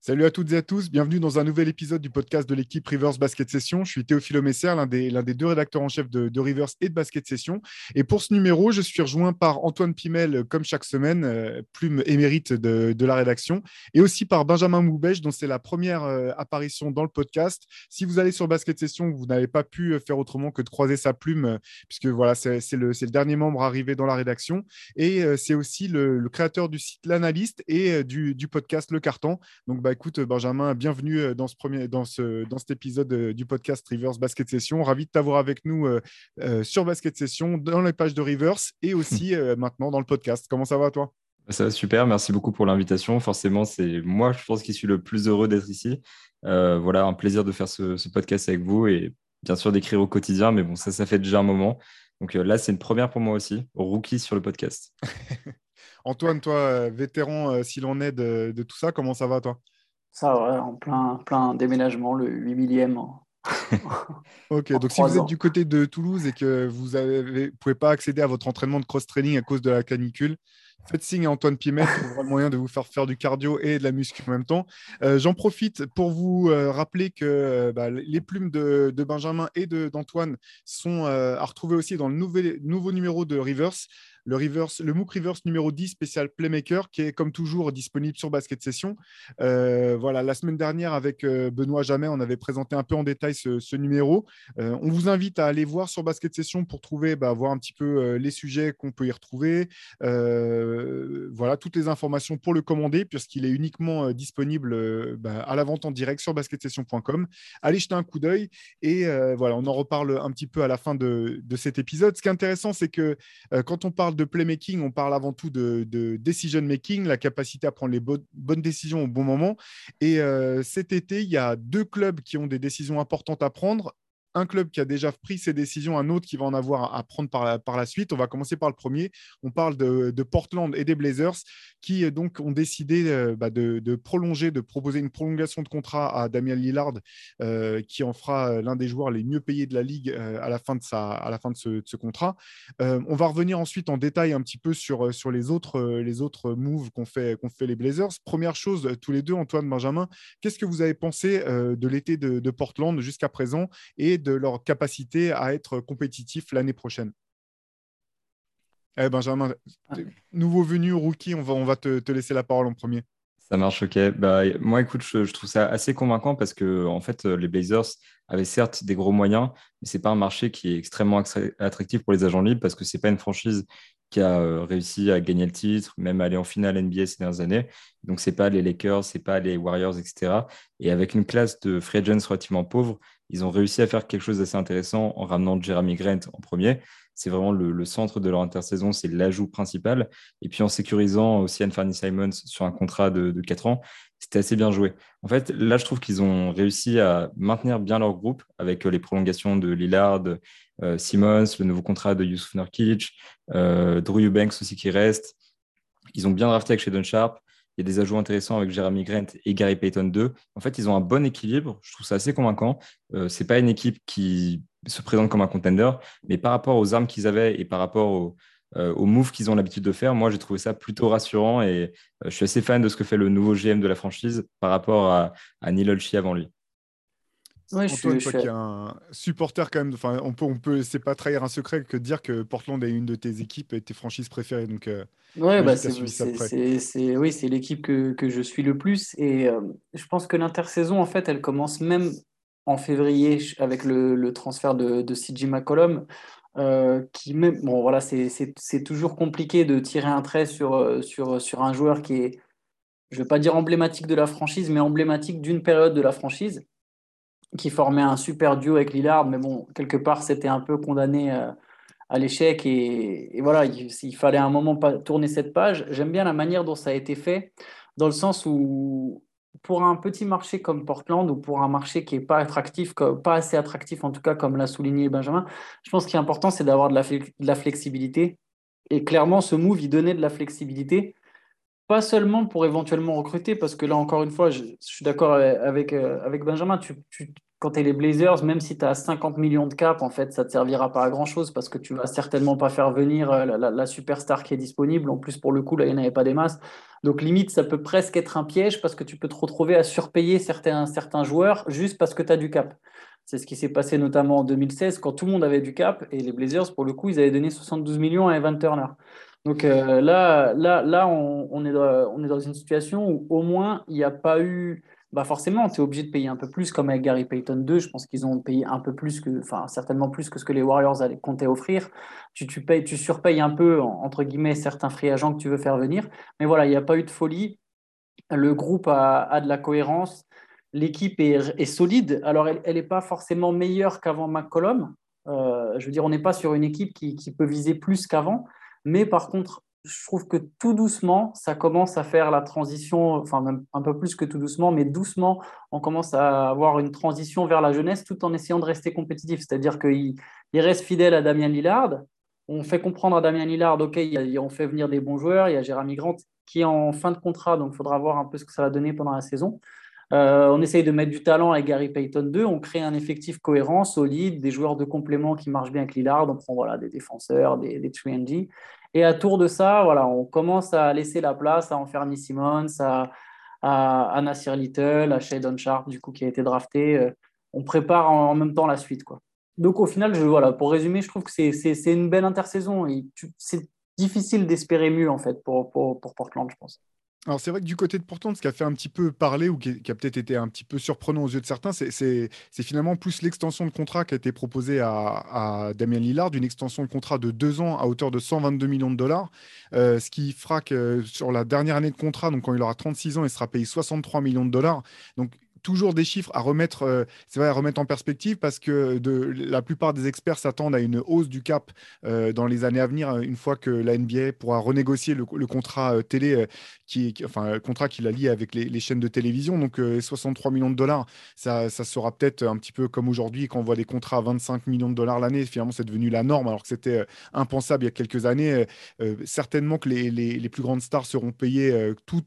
Salut à toutes et à tous, bienvenue dans un nouvel épisode du podcast de l'équipe Rivers Basket Session. Je suis Théophile Messer, l'un des deux rédacteurs en chef de Rivers et de Basket Session. Et pour ce numéro, je suis rejoint par Antoine Pimel, comme chaque semaine, plume émérite de la rédaction, et aussi par Benjamin Moubèche, dont c'est la première apparition dans le podcast. Si vous allez sur Basket Session, vous n'avez pas pu faire autrement que de croiser sa plume, puisque voilà, c'est le dernier membre arrivé dans la rédaction. Et c'est aussi le créateur du site L'Analyste et du podcast Le Carton. Donc, écoute, Benjamin, bienvenue dans cet épisode du podcast Rivers Basket Session. Ravi de t'avoir avec nous sur Basket Session, dans les pages de Rivers et aussi maintenant dans le podcast. Comment ça va, toi? Ça va super, merci beaucoup pour l'invitation. Forcément, c'est moi, je pense, qui suis le plus heureux d'être ici. Voilà, un plaisir de faire ce podcast avec vous et bien sûr d'écrire au quotidien, mais bon, ça fait déjà un moment. Donc là, c'est une première pour moi aussi, rookie sur le podcast. Antoine, toi, vétéran s'il en est de tout ça, comment ça va, toi? Ça, ouais, en plein déménagement, le 8 millième Ok, en donc si vous 3 êtes du ans. côté de Toulouse et que vous ne pouvez pas accéder à votre entraînement de cross-training à cause de la canicule, faites signe à Antoine Pimel, il trouvera le moyen de vous faire du cardio et de la muscu en même temps. J'en profite pour vous rappeler que les plumes de Benjamin et d'Antoine sont à retrouver aussi dans le nouveau numéro de Rivers. Le MOOC Rivers numéro 10 spécial Playmaker, qui est comme toujours disponible sur Basket Session. Voilà, la semaine dernière, avec Benoît Jamais, on avait présenté un peu en détail ce numéro. On vous invite à aller voir sur Basket Session pour trouver, voir un petit peu les sujets qu'on peut y retrouver. Voilà, toutes les informations pour le commander, puisqu'il est uniquement disponible à la vente en direct sur basketsession.com. Allez jeter un coup d'œil et voilà, on en reparle un petit peu à la fin de cet épisode. Ce qui est intéressant, c'est que quand on parle de playmaking, on parle avant tout de decision making, la capacité à prendre les bonnes décisions au bon moment. Et cet été, il y a deux clubs qui ont des décisions importantes à prendre. Un club qui a déjà pris ses décisions, un autre qui va en avoir à prendre par la suite. On va commencer par le premier. On parle de Portland et des Blazers qui donc ont décidé de prolonger, de proposer une prolongation de contrat à Damian Lillard, qui en fera l'un des joueurs les mieux payés de la ligue à la fin de ce contrat. On va revenir ensuite en détail un petit peu sur les autres moves qu'ont fait les Blazers. Première chose, tous les deux, Antoine, Benjamin, qu'est-ce que vous avez pensé de l'été de Portland jusqu'à présent et de leur capacité à être compétitifs l'année prochaine? Benjamin, nouveau venu, rookie, on va te laisser la parole en premier. Ça marche, ok. Bah, moi, écoute, je trouve ça assez convaincant parce que, en fait, les Blazers avaient certes des gros moyens, mais c'est pas un marché qui est extrêmement attractif pour les agents libres parce que c'est pas une franchise qui a réussi à gagner le titre, même aller en finale NBA ces dernières années. Donc, c'est pas les Lakers, c'est pas les Warriors, etc. Et avec une classe de free agents relativement pauvre, ils ont réussi à faire quelque chose d'assez intéressant en ramenant Jeremy Grant en premier. C'est vraiment le centre de leur intersaison, c'est l'ajout principal. Et puis en sécurisant aussi Anthony Simons sur un contrat de 4 ans, c'était assez bien joué. En fait, là, je trouve qu'ils ont réussi à maintenir bien leur groupe avec les prolongations de Lillard, Simmons, le nouveau contrat de Yusuf Nurkic, Drew Eubanks aussi qui reste. Ils ont bien drafté avec Shadon Sharp. Il y a des ajouts intéressants avec Jeremy Grant et Gary Payton 2. En fait, ils ont un bon équilibre. Je trouve ça assez convaincant. C'est pas une équipe qui se présente comme un contender, mais par rapport aux armes qu'ils avaient et par rapport aux moves qu'ils ont l'habitude de faire, moi, j'ai trouvé ça plutôt rassurant et je suis assez fan de ce que fait le nouveau GM de la franchise par rapport à Neil Olshey avant lui. Ouais, Antoine, je toi suis... qui es un supporter quand même, enfin, c'est pas trahir un secret que de dire que Portland est une de tes équipes et tes franchises préférées. Donc, Ouais, j'imagine que tu as suivi ça de près. oui, c'est l'équipe que je suis le plus. Et je pense que l'intersaison, en fait, elle commence même en février avec le transfert de CJ McCollum. Qui même, bon, voilà, c'est toujours compliqué de tirer un trait sur un joueur qui est, je ne vais pas dire emblématique de la franchise, mais emblématique d'une période de la franchise, qui formait un super duo avec Lillard, mais bon, quelque part, c'était un peu condamné à l'échec et voilà, il fallait à un moment tourner cette page. J'aime bien la manière dont ça a été fait, dans le sens où pour un petit marché comme Portland ou pour un marché qui est pas attractif, pas assez attractif en tout cas, comme l'a souligné Benjamin, je pense qu'il est important, c'est d'avoir de la flexibilité. Et clairement, ce move, il donnait de la flexibilité. Pas seulement pour éventuellement recruter, parce que là, encore une fois, je suis d'accord avec Benjamin. Quand tu es les Blazers, même si tu as 50 millions de cap, en fait, ça ne te servira pas à grand-chose parce que tu vas certainement pas faire venir la superstar qui est disponible. En plus, pour le coup, là, il n'y en avait pas des masses. Donc, limite, ça peut presque être un piège parce que tu peux te retrouver à surpayer certains joueurs juste parce que tu as du cap. C'est ce qui s'est passé notamment en 2016 quand tout le monde avait du cap et les Blazers, pour le coup, ils avaient donné 72 millions à Evan Turner. Donc là on est dans une situation où au moins il n'y a pas eu. Bah forcément, tu es obligé de payer un peu plus, comme avec Gary Payton 2. Je pense qu'ils ont payé un peu plus que, enfin, certainement plus que ce que les Warriors comptaient offrir. Tu surpayes un peu, entre guillemets, certains free agents que tu veux faire venir. Mais voilà, il n'y a pas eu de folie. Le groupe a de la cohérence. L'équipe est solide. Alors, elle n'est pas forcément meilleure qu'avant McCollum. Je veux dire, on n'est pas sur une équipe qui peut viser plus qu'avant. Mais par contre, je trouve que tout doucement, ça commence à faire la transition, enfin même un peu plus que tout doucement, mais doucement, on commence à avoir une transition vers la jeunesse tout en essayant de rester compétitif. C'est-à-dire qu'il reste fidèle à Damian Lillard. On fait comprendre à Damian Lillard, OK, on fait venir des bons joueurs, il y a Jeremy Grant qui est en fin de contrat, donc il faudra voir un peu ce que ça va donner pendant la saison. On essaye de mettre du talent avec Gary Payton 2, on crée un effectif cohérent, solide, des joueurs de complément qui marchent bien avec Lillard, on prend voilà, des défenseurs, des 3&D. Et à tour de ça, voilà, on commence à laisser la place à Anthony Simons, à Nasir Little, à Shadon Sharp, du coup, qui a été drafté. On prépare en même temps la suite, quoi. Donc au final, voilà, pour résumer, je trouve que c'est une belle intersaison. C'est difficile d'espérer mieux, en fait, pour Portland, je pense. Alors c'est vrai que du côté de Portland, ce qui a fait un petit peu parler ou qui a peut-être été un petit peu surprenant aux yeux de certains, c'est finalement plus l'extension de contrat qui a été proposée à Damian Lillard, une extension de contrat de 2 ans à hauteur de 122 millions de dollars, ce qui fera que sur la dernière année de contrat, donc quand il aura 36 ans, il sera payé 63 millions de dollars. Donc toujours des chiffres à remettre, c'est vrai, à remettre en perspective parce que la plupart des experts s'attendent à une hausse du cap dans les années à venir, une fois que la NBA pourra renégocier le contrat télé enfin, le contrat qu'il a lié avec les chaînes de télévision. Donc, 63 millions de dollars, ça sera peut-être un petit peu comme aujourd'hui, quand on voit des contrats à 25 millions de dollars l'année. Finalement, c'est devenu la norme, alors que c'était impensable il y a quelques années. Certainement que les plus grandes stars seront payées toutes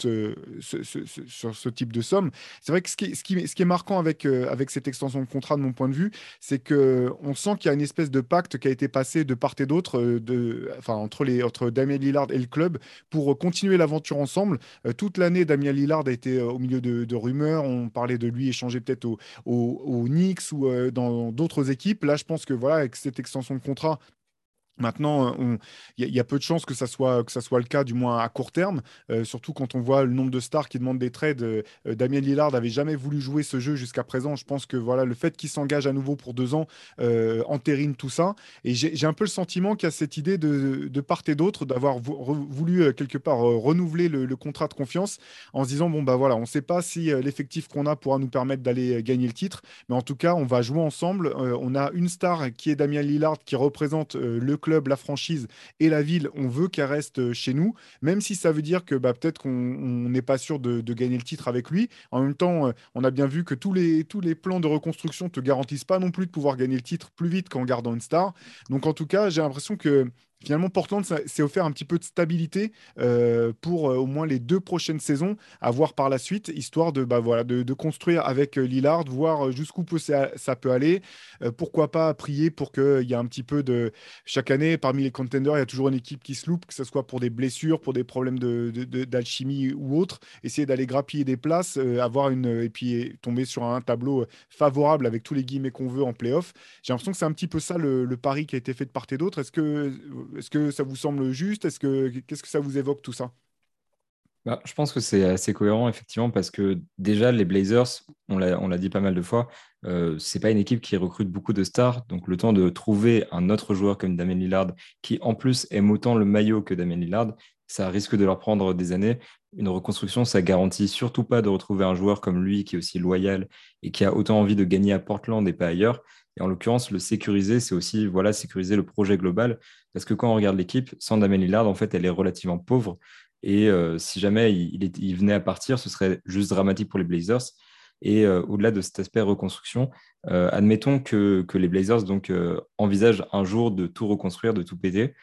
sur ce type de somme. C'est vrai que ce qui est marquant avec cette extension de contrat, de mon point de vue, c'est qu'on sent qu'il y a une espèce de pacte qui a été passé de part et d'autre, enfin, entre Damian Lillard et le club, pour continuer l'aventure ensemble. Toute l'année, Damian Lillard a été au milieu de rumeurs. On parlait de lui échanger peut-être aux Knicks ou dans d'autres équipes. Là, je pense que voilà, avec cette extension de contrat, maintenant, il y a peu de chances que ça soit le cas, du moins à court terme, surtout quand on voit le nombre de stars qui demandent des trades. Damien Lillard n'avait jamais voulu jouer ce jeu jusqu'à présent. Je pense que voilà, le fait qu'il s'engage à nouveau pour 2 ans entérine tout ça. Et j'ai un peu le sentiment qu'il y a cette idée de part et d'autre d'avoir voulu quelque part renouveler le contrat de confiance en se disant, bon, bah voilà, on ne sait pas si l'effectif qu'on a pourra nous permettre d'aller gagner le titre, mais en tout cas, on va jouer ensemble. On a une star qui est Damien Lillard qui représente le club, la franchise et la ville. On veut qu'elle reste chez nous, même si ça veut dire que bah, peut-être qu'on n'est pas sûr de gagner le titre avec lui. En même temps, on a bien vu que tous les plans de reconstruction te garantissent pas non plus de pouvoir gagner le titre plus vite qu'en gardant une star. Donc en tout cas, j'ai l'impression que finalement, Portland s'est offert un petit peu de stabilité pour au moins les 2 prochaines saisons, à voir par la suite, histoire bah, voilà, de construire avec Lillard, voir jusqu'où ça peut aller. Pourquoi pas prier pour qu'il y ait un petit peu de. Chaque année, parmi les contenders, il y a toujours une équipe qui se loupe, que ce soit pour des blessures, pour des problèmes d'alchimie ou autre. Essayer d'aller grappiller des places, et puis tomber sur un tableau favorable avec tous les guillemets qu'on veut en playoff. J'ai l'impression que c'est un petit peu ça le pari qui a été fait de part et d'autre. Est-ce que ça vous semble juste? Qu'est-ce que ça vous évoque tout ça? Bah, je pense que c'est assez cohérent, effectivement, parce que déjà, les Blazers, on l'a dit pas mal de fois, c'est pas une équipe qui recrute beaucoup de stars. Donc, le temps de trouver un autre joueur comme Damian Lillard, qui en plus aime autant le maillot que Damian Lillard, ça risque de leur prendre des années. Une reconstruction, ça garantit surtout pas de retrouver un joueur comme lui, qui est aussi loyal et qui a autant envie de gagner à Portland et pas ailleurs. Et en l'occurrence, le sécuriser, c'est aussi voilà, sécuriser le projet global. Parce que quand on regarde l'équipe, sans Damian Lillard, en fait, elle est relativement pauvre. Et si jamais il venait à partir, ce serait juste dramatique pour les Blazers. Et au-delà de cet aspect reconstruction, admettons que les Blazers donc, envisagent un jour de tout reconstruire, de tout péter.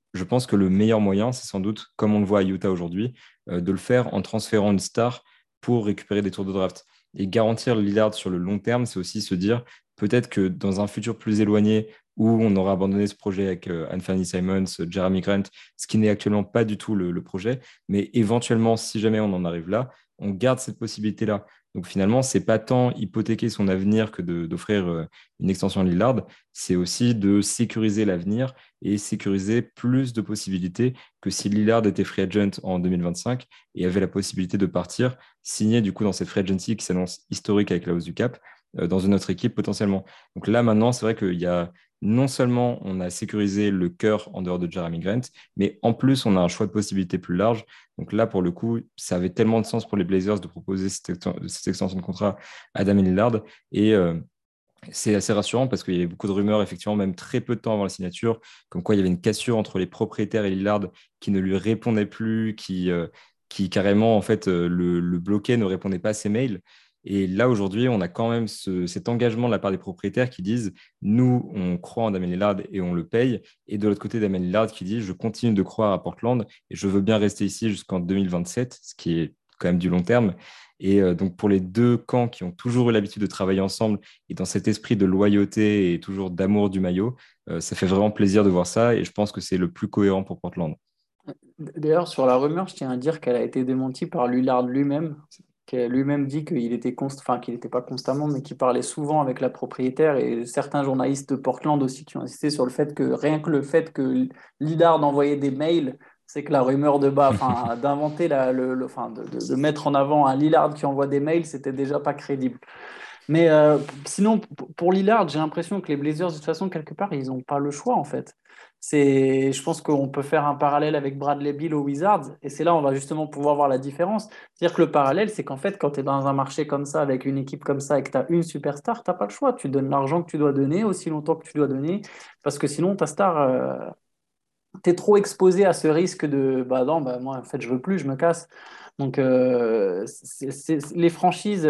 je pense que le meilleur moyen, c'est sans doute, comme on le voit à Utah aujourd'hui, de le faire en transférant une star pour récupérer des tours de draft. Et garantir Lillard sur le long terme, c'est aussi se dire peut-être que dans un futur plus éloigné, où on aura abandonné ce projet avec Anthony Simons, Jeremy Grant, ce qui n'est actuellement pas du tout le projet, mais éventuellement, si jamais on en arrive là, on garde cette possibilité-là. Donc finalement, c'est pas tant hypothéquer son avenir que d'offrir une extension à Lillard, c'est aussi de sécuriser l'avenir et sécuriser plus de possibilités que si Lillard était free agent en 2025 et avait la possibilité de partir, signer du coup dans cette free agency qui s'annonce historique avec la hausse du cap, dans une autre équipe potentiellement. Donc là maintenant, c'est vrai qu'il y a non seulement on a sécurisé le cœur en dehors de Jeremy Grant, mais en plus on a un choix de possibilités plus large. Donc là, pour le coup, ça avait tellement de sens pour les Blazers de proposer cette extension de contrat à Damian Lillard. Et c'est assez rassurant parce qu'il y avait beaucoup de rumeurs, effectivement, même très peu de temps avant la signature, comme quoi il y avait une cassure entre les propriétaires et Lillard qui ne lui répondait plus, qui carrément en fait le bloquait, ne répondait pas à ses mails. Et là, aujourd'hui, on a quand même cet engagement de la part des propriétaires qui disent, nous, on croit en Damien Lillard et on le paye. Et de l'autre côté, Damien Lillard qui dit, je continue de croire à Portland et je veux bien rester ici jusqu'en 2027, ce qui est quand même du long terme. Et donc, pour les deux camps qui ont toujours eu l'habitude de travailler ensemble et dans cet esprit de loyauté et toujours d'amour du maillot, ça fait vraiment plaisir de voir ça et je pense que c'est le plus cohérent pour Portland. D'ailleurs, sur la rumeur, je tiens à dire qu'elle a été démentie par Lillard lui-même, qui a lui-même dit qu'il était enfin, qu'il n'était pas constamment, mais qu'il parlait souvent avec la propriétaire et certains journalistes de Portland aussi qui ont insisté sur le fait que rien que le fait que Lillard envoyait des mails, c'est que la rumeur de bas, enfin, d'inventer enfin, de mettre en avant un Lillard qui envoie des mails, c'était déjà pas crédible. Mais sinon, pour Lillard, j'ai l'impression que les Blazers, de toute façon, quelque part, ils n'ont pas le choix, en fait. Je pense qu'on peut faire un parallèle avec Bradley Beal aux Wizards, et c'est là où on va justement pouvoir voir la différence. C'est-à-dire que le parallèle, c'est qu'en fait, quand tu es dans un marché comme ça, avec une équipe comme ça, et que tu as une superstar, tu n'as pas le choix. Tu donnes l'argent que tu dois donner aussi longtemps que tu dois donner, parce que sinon, ta star, tu es trop exposé à ce risque de, bah non, bah, moi, en fait, je veux plus, je me casse. Donc, les franchises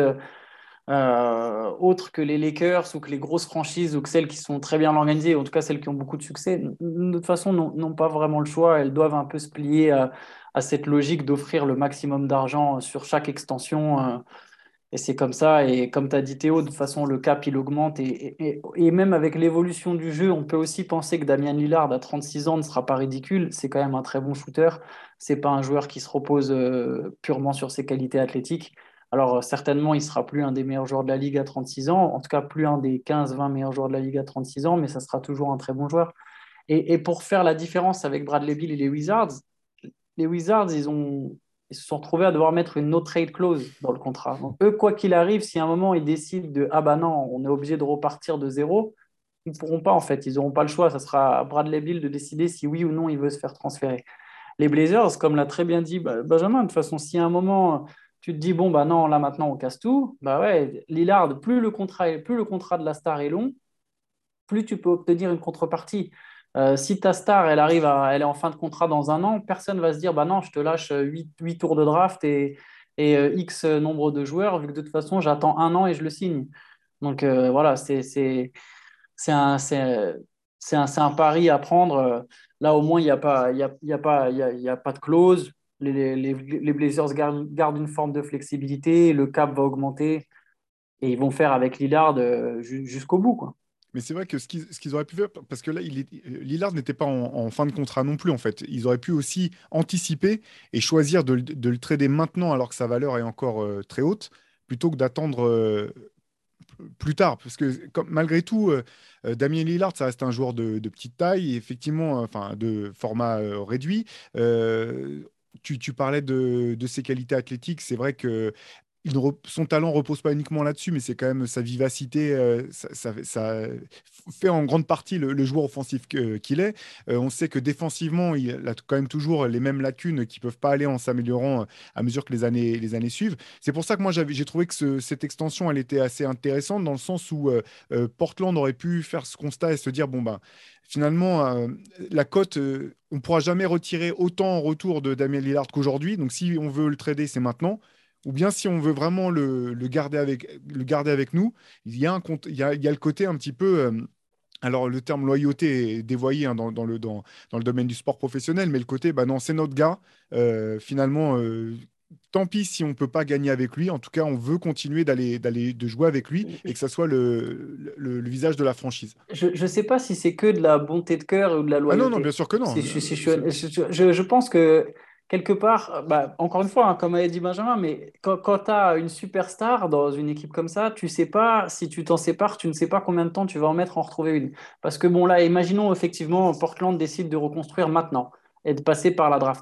autres que les Lakers ou que les grosses franchises ou que celles qui sont très bien organisées, en tout cas celles qui ont beaucoup de succès, de toute façon, n'ont pas vraiment le choix. Elles doivent un peu se plier à cette logique d'offrir le maximum d'argent sur chaque extension. Et c'est comme ça. Et comme tu as dit Théo, de toute façon, le cap, il augmente. Et même avec l'évolution du jeu, on peut aussi penser que Damian Lillard, à 36 ans, ne sera pas ridicule. C'est quand même un très bon shooter. C'est pas un joueur qui se repose purement sur ses qualités athlétiques. Alors, certainement, il sera plus un des meilleurs joueurs de la Ligue à 36 ans. En tout cas, plus un des 15-20 meilleurs joueurs de la Ligue à 36 ans. Mais ça sera toujours un très bon joueur. Et pour faire la différence avec Bradley Beal et les Wizards, ils se sont retrouvés à devoir mettre une no trade clause dans le contrat. Donc, eux, quoi qu'il arrive, si à un moment ils décident de ah bah non, on est obligé de repartir de zéro, ils ne pourront pas en fait, ils n'auront pas le choix. Ça sera à Bradley Beal de décider si oui ou non il veut se faire transférer. Les Blazers, comme l'a très bien dit Benjamin, de toute façon, si à un moment tu te dis bon bah non, là maintenant on casse tout, bah ouais, Lillard, plus le contrat de la star est long, plus tu peux obtenir une contrepartie. Si ta star, elle est en fin de contrat dans un an, personne va se dire, bah non, je te lâche 8 tours de draft et X nombre de joueurs, vu que de toute façon, j'attends un an et je le signe. Donc voilà, c'est un, c'est, c'est un pari à prendre. Là, au moins, il n'y a pas, il y a pas, il y a pas de clause. Les Blazers gardent une forme de flexibilité, le cap va augmenter et ils vont faire avec Lillard jusqu'au bout, quoi. Mais c'est vrai que ce qu'ils auraient pu faire, parce que là, Lillard n'était pas en fin de contrat non plus, en fait. Ils auraient pu aussi anticiper et choisir de le trader maintenant alors que sa valeur est encore très haute, plutôt que d'attendre plus tard. Parce que malgré tout, Damien Lillard, ça reste un joueur de petite taille, et effectivement, enfin, de format réduit. Euh, tu parlais de ses qualités athlétiques. C'est vrai que son talent repose pas uniquement là-dessus, mais c'est quand même sa vivacité, ça fait en grande partie le joueur offensif qu'il est. On sait que défensivement, il a quand même toujours les mêmes lacunes qui peuvent pas aller en s'améliorant à mesure que les années suivent. C'est pour ça que moi, j'ai trouvé que cette extension, elle était assez intéressante dans le sens où Portland aurait pu faire ce constat et se dire, bon, ben, finalement, la cote, on ne pourra jamais retirer autant en retour de Damien Lillard qu'aujourd'hui. Donc, si on veut le trader, c'est maintenant. Ou bien si on veut vraiment le garder avec nous, il y a le côté un petit peu Alors, le terme loyauté est dévoyé hein, dans le domaine du sport professionnel, mais le côté, bah non, c'est notre gars. Finalement, tant pis si on ne peut pas gagner avec lui. En tout cas, on veut continuer de jouer avec lui et que ça soit le visage de la franchise. Je ne sais pas si c'est que de la bonté de cœur ou de la Ah non, non, bien loyauté. sûr que non. Je pense que quelque part, bah, encore une fois, hein, comme avait dit Benjamin, mais quand tu as une superstar dans une équipe comme ça, tu sais pas, si tu t'en sépares, tu ne sais pas combien de temps tu vas en mettre à en retrouver une. Parce que bon, là, imaginons effectivement Portland décide de reconstruire maintenant et de passer par la draft.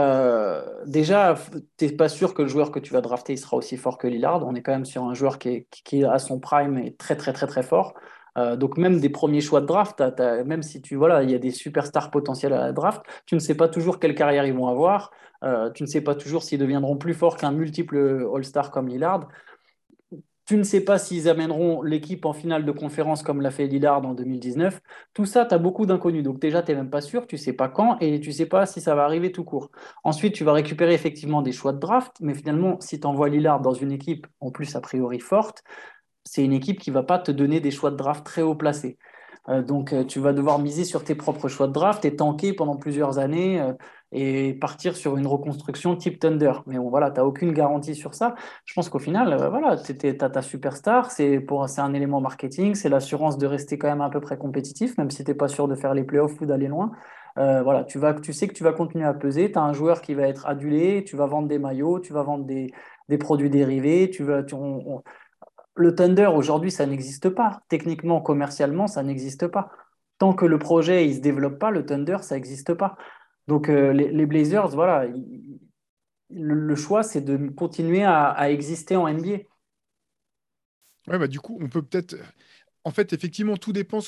Déjà, tu n'es pas sûr que le joueur que tu vas drafter il sera aussi fort que Lillard. On est quand même sur un joueur qui est à son prime et très, très, très, très fort. Donc même des premiers choix de draft, même si voilà, il y a des superstars potentiels à la draft, tu ne sais pas toujours quelle carrière ils vont avoir, tu ne sais pas toujours s'ils deviendront plus forts qu'un multiple All-Star comme Lillard, tu ne sais pas s'ils amèneront l'équipe en finale de conférence comme l'a fait Lillard en 2019. Tout ça, tu as beaucoup d'inconnus. Donc déjà, tu n'es même pas sûr, tu ne sais pas quand et tu ne sais pas si ça va arriver tout court. Ensuite, tu vas récupérer effectivement des choix de draft, mais finalement, si tu envoies Lillard dans une équipe en plus a priori forte, c'est une équipe qui ne va pas te donner des choix de draft très haut placés. Donc, tu vas devoir miser sur tes propres choix de draft et tanker pendant plusieurs années et partir sur une reconstruction type Thunder. Mais bon, voilà, tu n'as aucune garantie sur ça. Je pense qu'au final, voilà, tu as ta superstar, c'est un élément marketing, c'est l'assurance de rester quand même à peu près compétitif, même si tu n'es pas sûr de faire les playoffs ou d'aller loin. Voilà, tu sais que tu vas continuer à peser, tu as un joueur qui va être adulé, tu vas vendre des maillots, tu vas vendre des produits dérivés, le Thunder, aujourd'hui, ça n'existe pas. Techniquement, commercialement, ça n'existe pas. Tant que le projet ne se développe pas, le Thunder, ça n'existe pas. Donc, les Blazers, voilà, le choix, c'est de continuer à exister en NBA. Ouais, bah, du coup, on peut peut-être. En fait, effectivement, tout dépend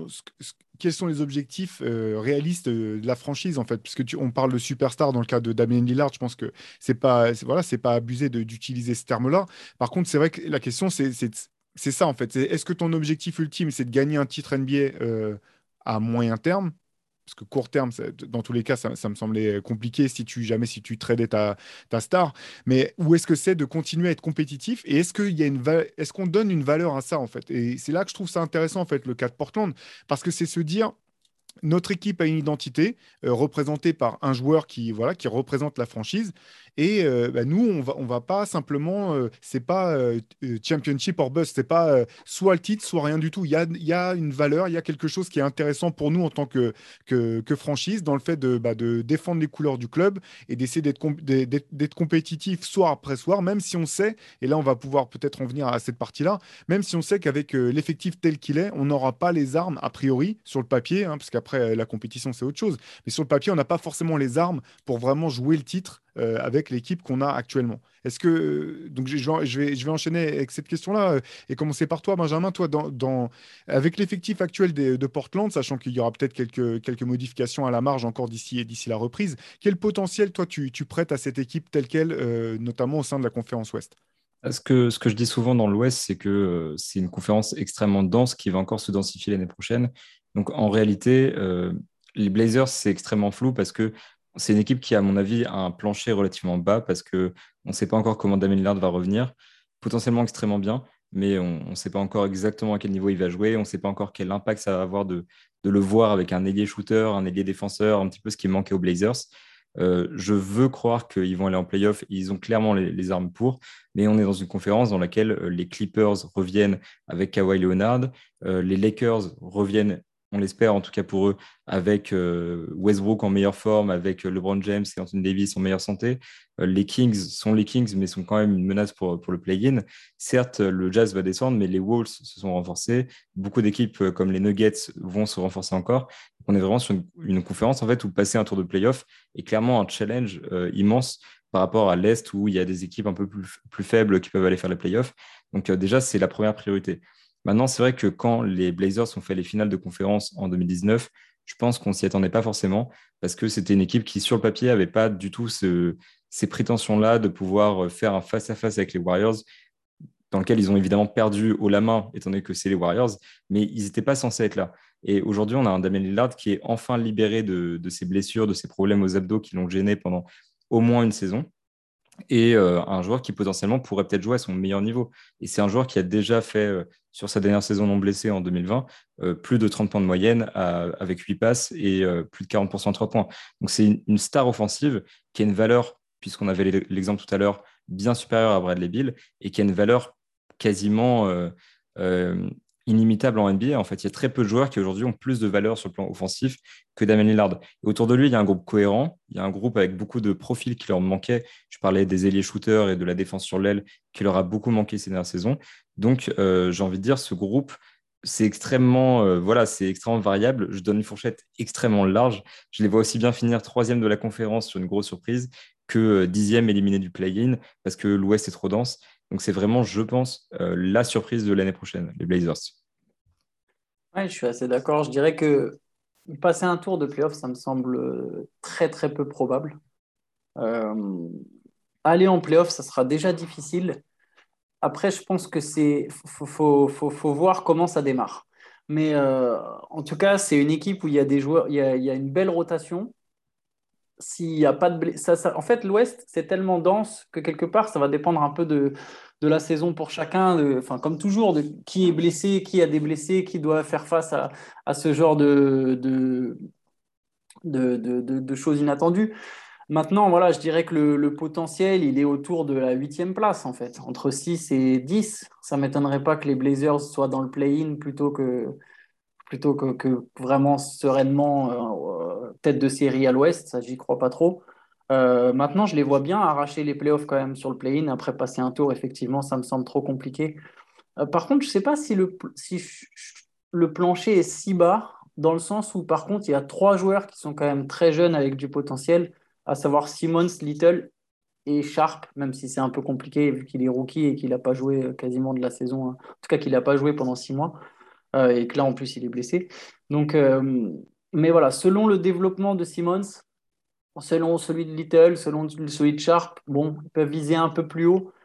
quels sont les objectifs réalistes de la franchise, en fait, puisque on parle de superstar dans le cas de Damien Lillard. Je pense que voilà, c'est pas abusé d'utiliser ce terme-là. Par contre, c'est vrai que la question, c'est ça, en fait. Est-ce que ton objectif ultime, c'est de gagner un titre NBA à moyen terme? Parce que court terme, dans tous les cas, ça me semblait compliqué si tu tradais ta star. Mais où est-ce que c'est de continuer à être compétitif? Et est-ce qu'on donne une valeur à ça, en fait? Et c'est là que je trouve ça intéressant, en fait, le cas de Portland. Parce que c'est se dire, notre équipe a une identité représentée par un joueur voilà, qui représente la franchise. Et bah, nous, on va pas simplement, c'est pas championship or bust, c'est pas soit le titre, soit rien du tout. Il y a une valeur, il y a quelque chose qui est intéressant pour nous en tant que franchise dans le fait de défendre les couleurs du club et d'essayer d'être compétitif soir après soir, même si on sait, et là on va pouvoir peut-être en venir à cette partie-là, même si on sait qu'avec l'effectif tel qu'il est, on n'aura pas les armes a priori sur le papier, hein, parce qu'après la compétition c'est autre chose, mais sur le papier on n'a pas forcément les armes pour vraiment jouer le titre avec l'équipe qu'on a actuellement. Est-ce que donc je vais enchaîner avec cette question-là et commencer par toi, Benjamin. Toi, avec l'effectif actuel de Portland, sachant qu'il y aura peut-être quelques modifications à la marge encore d'ici la reprise, quel potentiel toi tu prêtes à cette équipe telle qu'elle, notamment au sein de la conférence Ouest? Ce que je dis souvent dans l'Ouest, c'est que c'est une conférence extrêmement dense qui va encore se densifier l'année prochaine. Donc en réalité, les Blazers, c'est extrêmement flou parce que c'est une équipe qui, à mon avis, a un plancher relativement bas parce que on ne sait pas encore comment Damian Lillard va revenir, potentiellement extrêmement bien, mais on ne sait pas encore exactement à quel niveau il va jouer, on ne sait pas encore quel impact ça va avoir de le voir avec un ailier shooter, un ailier défenseur, un petit peu ce qui manquait aux Blazers. Je veux croire qu'ils vont aller en playoff. Ils ont clairement les armes pour, mais on est dans une conférence dans laquelle les Clippers reviennent avec Kawhi Leonard, les Lakers reviennent, on l'espère en tout cas pour eux, avec Westbrook en meilleure forme, avec LeBron James et Anthony Davis en meilleure santé. Les Kings sont les Kings, mais sont quand même une menace pour le play-in. Certes, le Jazz va descendre, mais les Wolves se sont renforcés. Beaucoup d'équipes comme les Nuggets vont se renforcer encore. On est vraiment sur une conférence en fait où passer un tour de playoff est clairement un challenge immense par rapport à l'Est où il y a des équipes un peu plus faibles qui peuvent aller faire les playoffs. Donc déjà, c'est la première priorité. Maintenant, c'est vrai que quand les Blazers ont fait les finales de conférence en 2019, je pense qu'on s'y attendait pas forcément parce que c'était une équipe qui, sur le papier, avait pas du tout ces prétentions-là de pouvoir faire un face-à-face avec les Warriors, dans lequel ils ont évidemment perdu haut la main, étant donné que c'est les Warriors, mais ils n'étaient pas censés être là. Et aujourd'hui, on a un Damian Lillard qui est enfin libéré de ses blessures, de ses problèmes aux abdos qui l'ont gêné pendant au moins une saison. et un joueur qui potentiellement pourrait peut-être jouer à son meilleur niveau. Et c'est un joueur qui a déjà fait, sur sa dernière saison non blessée en 2020, plus de 30 points de moyenne avec 8 passes et plus de 40% de 3 points. Donc c'est une star offensive qui a une valeur, puisqu'on avait l'exemple tout à l'heure, bien supérieure à Bradley Beal et qui a une valeur quasiment euh, inimitable en NBA. En fait, il y a très peu de joueurs qui aujourd'hui ont plus de valeur sur le plan offensif que Damian Lillard. Et autour de lui, il y a un groupe cohérent, il y a un groupe avec beaucoup de profils qui leur manquaient. Je parlais des ailiers shooters et de la défense sur l'aile qui leur a beaucoup manqué ces dernières saisons. Donc, j'ai envie de dire, ce groupe, c'est extrêmement, voilà, c'est extrêmement variable. Je donne une fourchette extrêmement large. Je les vois aussi bien finir troisième de la conférence sur une grosse surprise que dixième éliminé du play-in parce que l'Ouest est trop dense. Donc, c'est vraiment, je pense, la surprise de l'année prochaine, les Blazers. Ouais, je suis assez d'accord. Je dirais que passer un tour de playoff, ça me semble très très peu probable. Euh, Aller en playoff, ça sera déjà difficile. Après, je pense que faut voir comment ça démarre. Mais en tout cas, c'est une équipe où il y a des joueurs, il y a une belle rotation. S'il y a pas de en fait, l'Ouest, c'est tellement dense que quelque part, ça va dépendre un peu de la saison pour chacun. Enfin, comme toujours, de qui est blessé, qui a des blessés, qui doit faire face à ce genre de choses inattendues. Maintenant, voilà, je dirais que le potentiel, il est autour de la huitième place, en fait. Entre 6 et 10, ça ne m'étonnerait pas que les Blazers soient dans le play-in plutôt que vraiment sereinement tête de série à l'Ouest. Ça, j'y crois pas trop. Maintenant, je les vois bien arracher les playoffs quand même sur le play-in. Après, passer un tour, effectivement, ça me semble trop compliqué. Par contre, je ne sais pas si le plancher est si bas, dans le sens où, par contre, il y a trois joueurs qui sont quand même très jeunes avec du potentiel, à savoir Simmons, Little et Sharp, même si c'est un peu compliqué vu qu'il est rookie et qu'il n'a pas joué quasiment de la saison, hein. En tout cas, qu'il n'a pas joué pendant 6 mois et que là, en plus, il est blessé. Donc, mais voilà, selon le développement de Simmons, selon celui de Little, selon celui de Sharp, bon, ils peuvent viser un peu plus haut.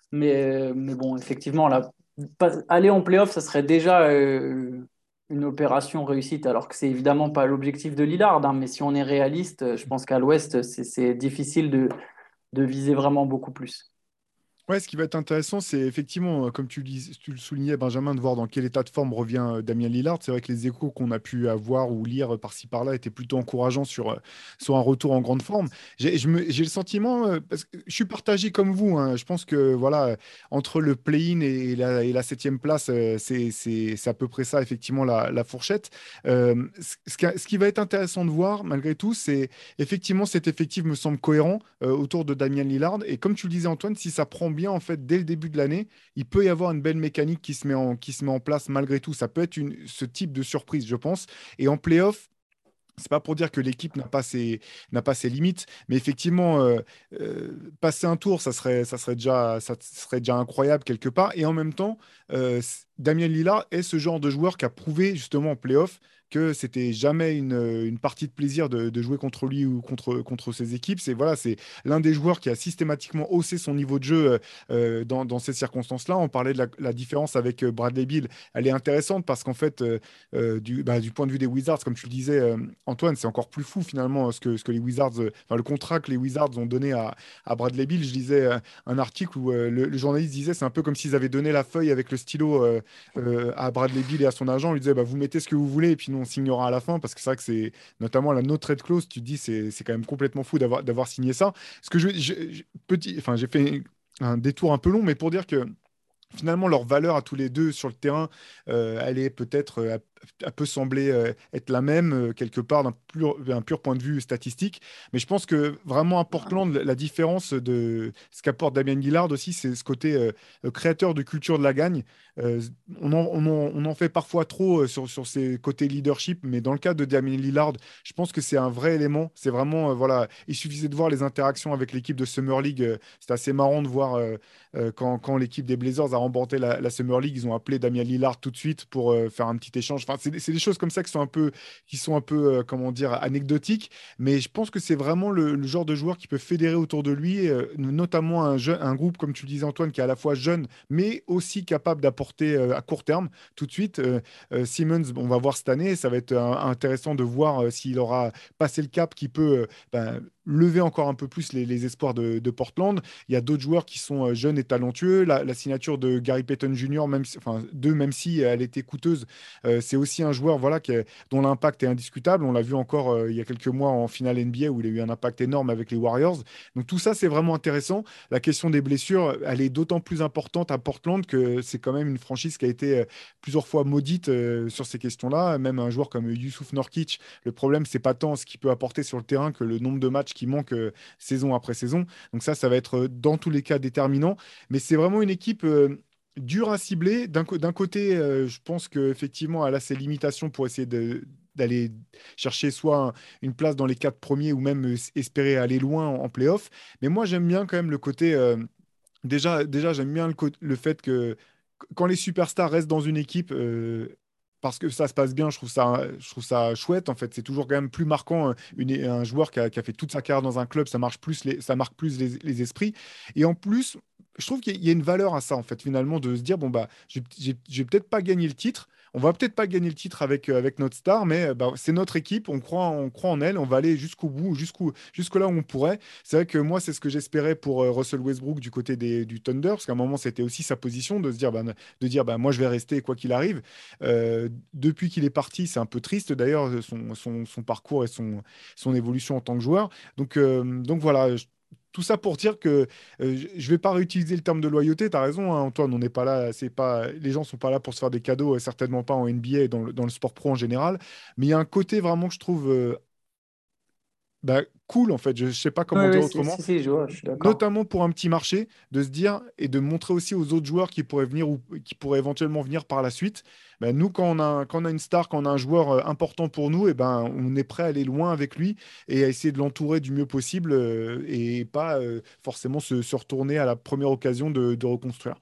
Mais bon, effectivement, là, aller en playoff, ça serait déjà une opération réussite, alors que c'est évidemment pas l'objectif de Lillard, hein, mais si on est réaliste, je pense qu'à l'Ouest, c'est difficile de viser vraiment beaucoup plus. Ouais, ce qui va être intéressant, c'est effectivement, comme tu le soulignais, Benjamin, de voir dans quel état de forme revient Damien Lillard. C'est vrai que les échos qu'on a pu avoir ou lire par-ci par-là étaient plutôt encourageants sur un retour en grande forme. J'ai le sentiment, parce que je suis partagé comme vous, hein. Je pense que voilà, entre le play-in et la septième place, c'est à peu près ça, effectivement, la fourchette. Ce qui va être intéressant de voir, malgré tout, c'est effectivement cet effectif me semble cohérent autour de Damien Lillard. Et comme tu le disais, Antoine, si ça prend bien, en fait, dès le début de l'année, il peut y avoir une belle mécanique qui se met en place malgré tout. Ça peut être ce type de surprise, je pense. Et en playoff, c'est pas pour dire que l'équipe n'a pas ses limites, mais effectivement, passer un tour, ça serait déjà incroyable quelque part. Et en même temps, Damien Lillard est ce genre de joueur qui a prouvé justement en playoff que c'était jamais une partie de plaisir de jouer contre lui ou contre ses équipes. C'est l'un des joueurs qui a systématiquement haussé son niveau de jeu dans ces circonstances-là. On parlait de la différence avec Bradley Beal. Elle est intéressante parce qu'en fait, du point de vue des Wizards, comme tu le disais, Antoine, c'est encore plus fou finalement ce que les Wizards, enfin le contrat que les Wizards ont donné à Bradley Beal. Je lisais un article où le journaliste disait c'est un peu comme s'ils avaient donné la feuille avec le stylo à Bradley Beal et à son agent. On lui disait bah, vous mettez ce que vous voulez et puis nous on signera à la fin parce que c'est vrai que c'est notamment la no trade clause. Tu te dis c'est quand même complètement fou d'avoir signé ça. Ce que enfin j'ai fait un détour un peu long, mais pour dire que finalement, leur valeur à tous les deux sur le terrain, elle est peut-être, elle peut sembler être la même quelque part d'un pur point de vue statistique. Mais je pense que vraiment à Portland, la différence de ce qu'apporte Damien Lillard aussi, c'est ce côté créateur de culture de la gagne. Euh, on en fait parfois trop sur ces côtés leadership, mais dans le cas de Damien Lillard, je pense que c'est un vrai élément. C'est vraiment, voilà, il suffisait de voir les interactions avec l'équipe de Summer League. C'est assez marrant de voir. Quand l'équipe des Blazers a remporté la Summer League, ils ont appelé Damien Lillard tout de suite pour faire un petit échange. Enfin, c'est des choses comme ça qui sont un peu, comment dire, anecdotiques. Mais je pense que c'est vraiment le genre de joueur qui peut fédérer autour de lui, notamment un groupe, comme tu le disais, Antoine, qui est à la fois jeune, mais aussi capable d'apporter à court terme, tout de suite. Simmons, on va voir cette année. Ça va être intéressant de voir s'il aura passé le cap qui peut ben, lever encore un peu plus les espoirs de Portland. Il y a d'autres joueurs qui sont jeunes et talentueux. La signature de Gary Payton Jr., même si elle était coûteuse, c'est aussi un joueur voilà, dont l'impact est indiscutable. On l'a vu encore il y a quelques mois en finale NBA où il a eu un impact énorme avec les Warriors. Donc tout ça, c'est vraiment intéressant. La question des blessures, elle est d'autant plus importante à Portland que c'est quand même une franchise qui a été plusieurs fois maudite sur ces questions-là. Même un joueur comme Youssouf Nurkic, le problème, c'est pas tant ce qu'il peut apporter sur le terrain que le nombre de matchs qui manquent saison après saison. Donc ça va être dans tous les cas déterminant. Mais c'est vraiment une équipe dure à cibler. D'un côté, je pense qu'effectivement, elle a ses limitations pour essayer d'aller chercher soit une place dans les quatre premiers ou même espérer aller loin en playoff. Mais moi, j'aime bien quand même le côté. Déjà j'aime bien le fait que quand les superstars restent dans une équipe, parce que ça se passe bien, je trouve ça chouette. En fait, c'est toujours quand même plus marquant un joueur qui a fait toute sa carrière dans un club, ça marque plus les esprits. Et en plus, je trouve qu'il y a une valeur à ça, en fait, finalement, de se dire, bon, bah, j'ai peut-être pas gagné le titre. On va peut-être pas gagner le titre avec notre star, mais bah, c'est notre équipe, on croit en elle, on va aller jusqu'au bout, jusque là où on pourrait. C'est vrai que moi, c'est ce que j'espérais pour Russell Westbrook du côté du Thunder, parce qu'à un moment, c'était aussi sa position de se dire, bah, moi, je vais rester quoi qu'il arrive. Depuis qu'il est parti, c'est un peu triste d'ailleurs, son parcours et son évolution en tant que joueur. Donc voilà. Tout ça pour dire que je ne vais pas réutiliser le terme de loyauté. Tu as raison, hein, Antoine, on n'est pas là, les gens sont pas là pour se faire des cadeaux, certainement pas en NBA et dans le sport pro en général. Mais il y a un côté vraiment que je trouve bah, cool, en fait. Je ne sais pas Oui, comment dire oui, si, autrement, si, si, je vois, je suis d'accord. notamment pour un petit marché, de se dire et de montrer aussi aux autres joueurs qui pourraient venir ou qui pourraient éventuellement venir par la suite. Ben, nous, quand on a une star, quand on a un joueur important pour nous, et ben, on est prêt à aller loin avec lui et à essayer de l'entourer du mieux possible et pas forcément se retourner à la première occasion de reconstruire.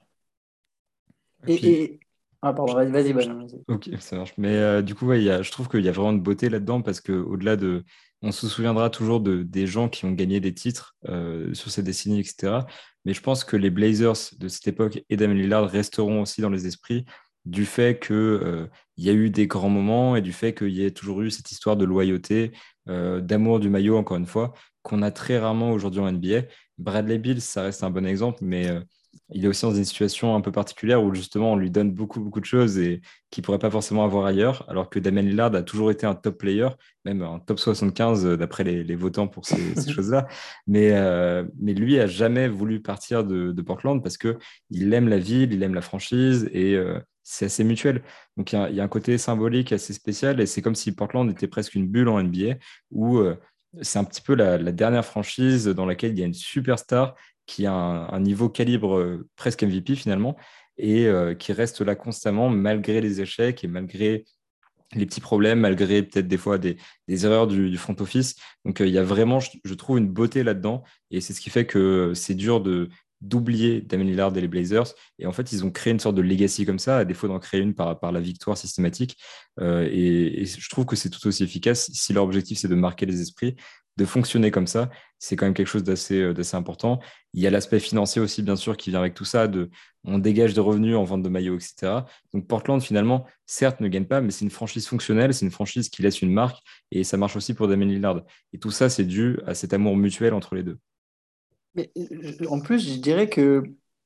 Et puis, Et... Ah, pardon, vas-y, vas-y, Benjamin, vas-y. ok, ça marche. Mais du coup, ouais, je trouve qu'il y a vraiment de beauté là-dedans parce que au-delà de, on se souviendra toujours des gens qui ont gagné des titres sur ces décennies, etc. Mais je pense que les Blazers de cette époque et Damian Lillard resteront aussi dans les esprits du fait que il y a eu des grands moments et du fait qu'il y ait toujours eu cette histoire de loyauté, d'amour du maillot, encore une fois, qu'on a très rarement aujourd'hui en NBA. Bradley Beal, ça reste un bon exemple, mais il est aussi dans une situation un peu particulière où justement on lui donne beaucoup, beaucoup de choses et qu'il ne pourrait pas forcément avoir ailleurs, alors que Damian Lillard a toujours été un top player, même un top 75 d'après les votants pour ces choses-là. Mais lui a jamais voulu partir de Portland parce que il aime la ville, il aime la franchise et c'est assez mutuel. Donc il y a un côté symbolique assez spécial et c'est comme si Portland était presque une bulle en NBA où c'est un petit peu la dernière franchise dans laquelle il y a une superstar qui a un niveau calibre presque MVP finalement, et qui reste là constamment malgré les échecs et malgré les petits problèmes, malgré peut-être des fois des erreurs du front office. Donc il y a vraiment, je trouve, une beauté là-dedans, et c'est ce qui fait que c'est dur d'oublier Damian Lillard et les Blazers. Et en fait, ils ont créé une sorte de legacy comme ça, à défaut d'en créer une par la victoire systématique. Et je trouve que c'est tout aussi efficace si leur objectif, c'est de marquer les esprits, de fonctionner comme ça. C'est quand même quelque chose d'assez important. Il y a l'aspect financier aussi, bien sûr, qui vient avec tout ça, on dégage des revenus en vente de maillots, etc. Donc Portland, finalement, certes, ne gagne pas, mais c'est une franchise fonctionnelle, c'est une franchise qui laisse une marque, et ça marche aussi pour Damian Lillard. Et tout ça, c'est dû à cet amour mutuel entre les deux. Mais en plus, je dirais que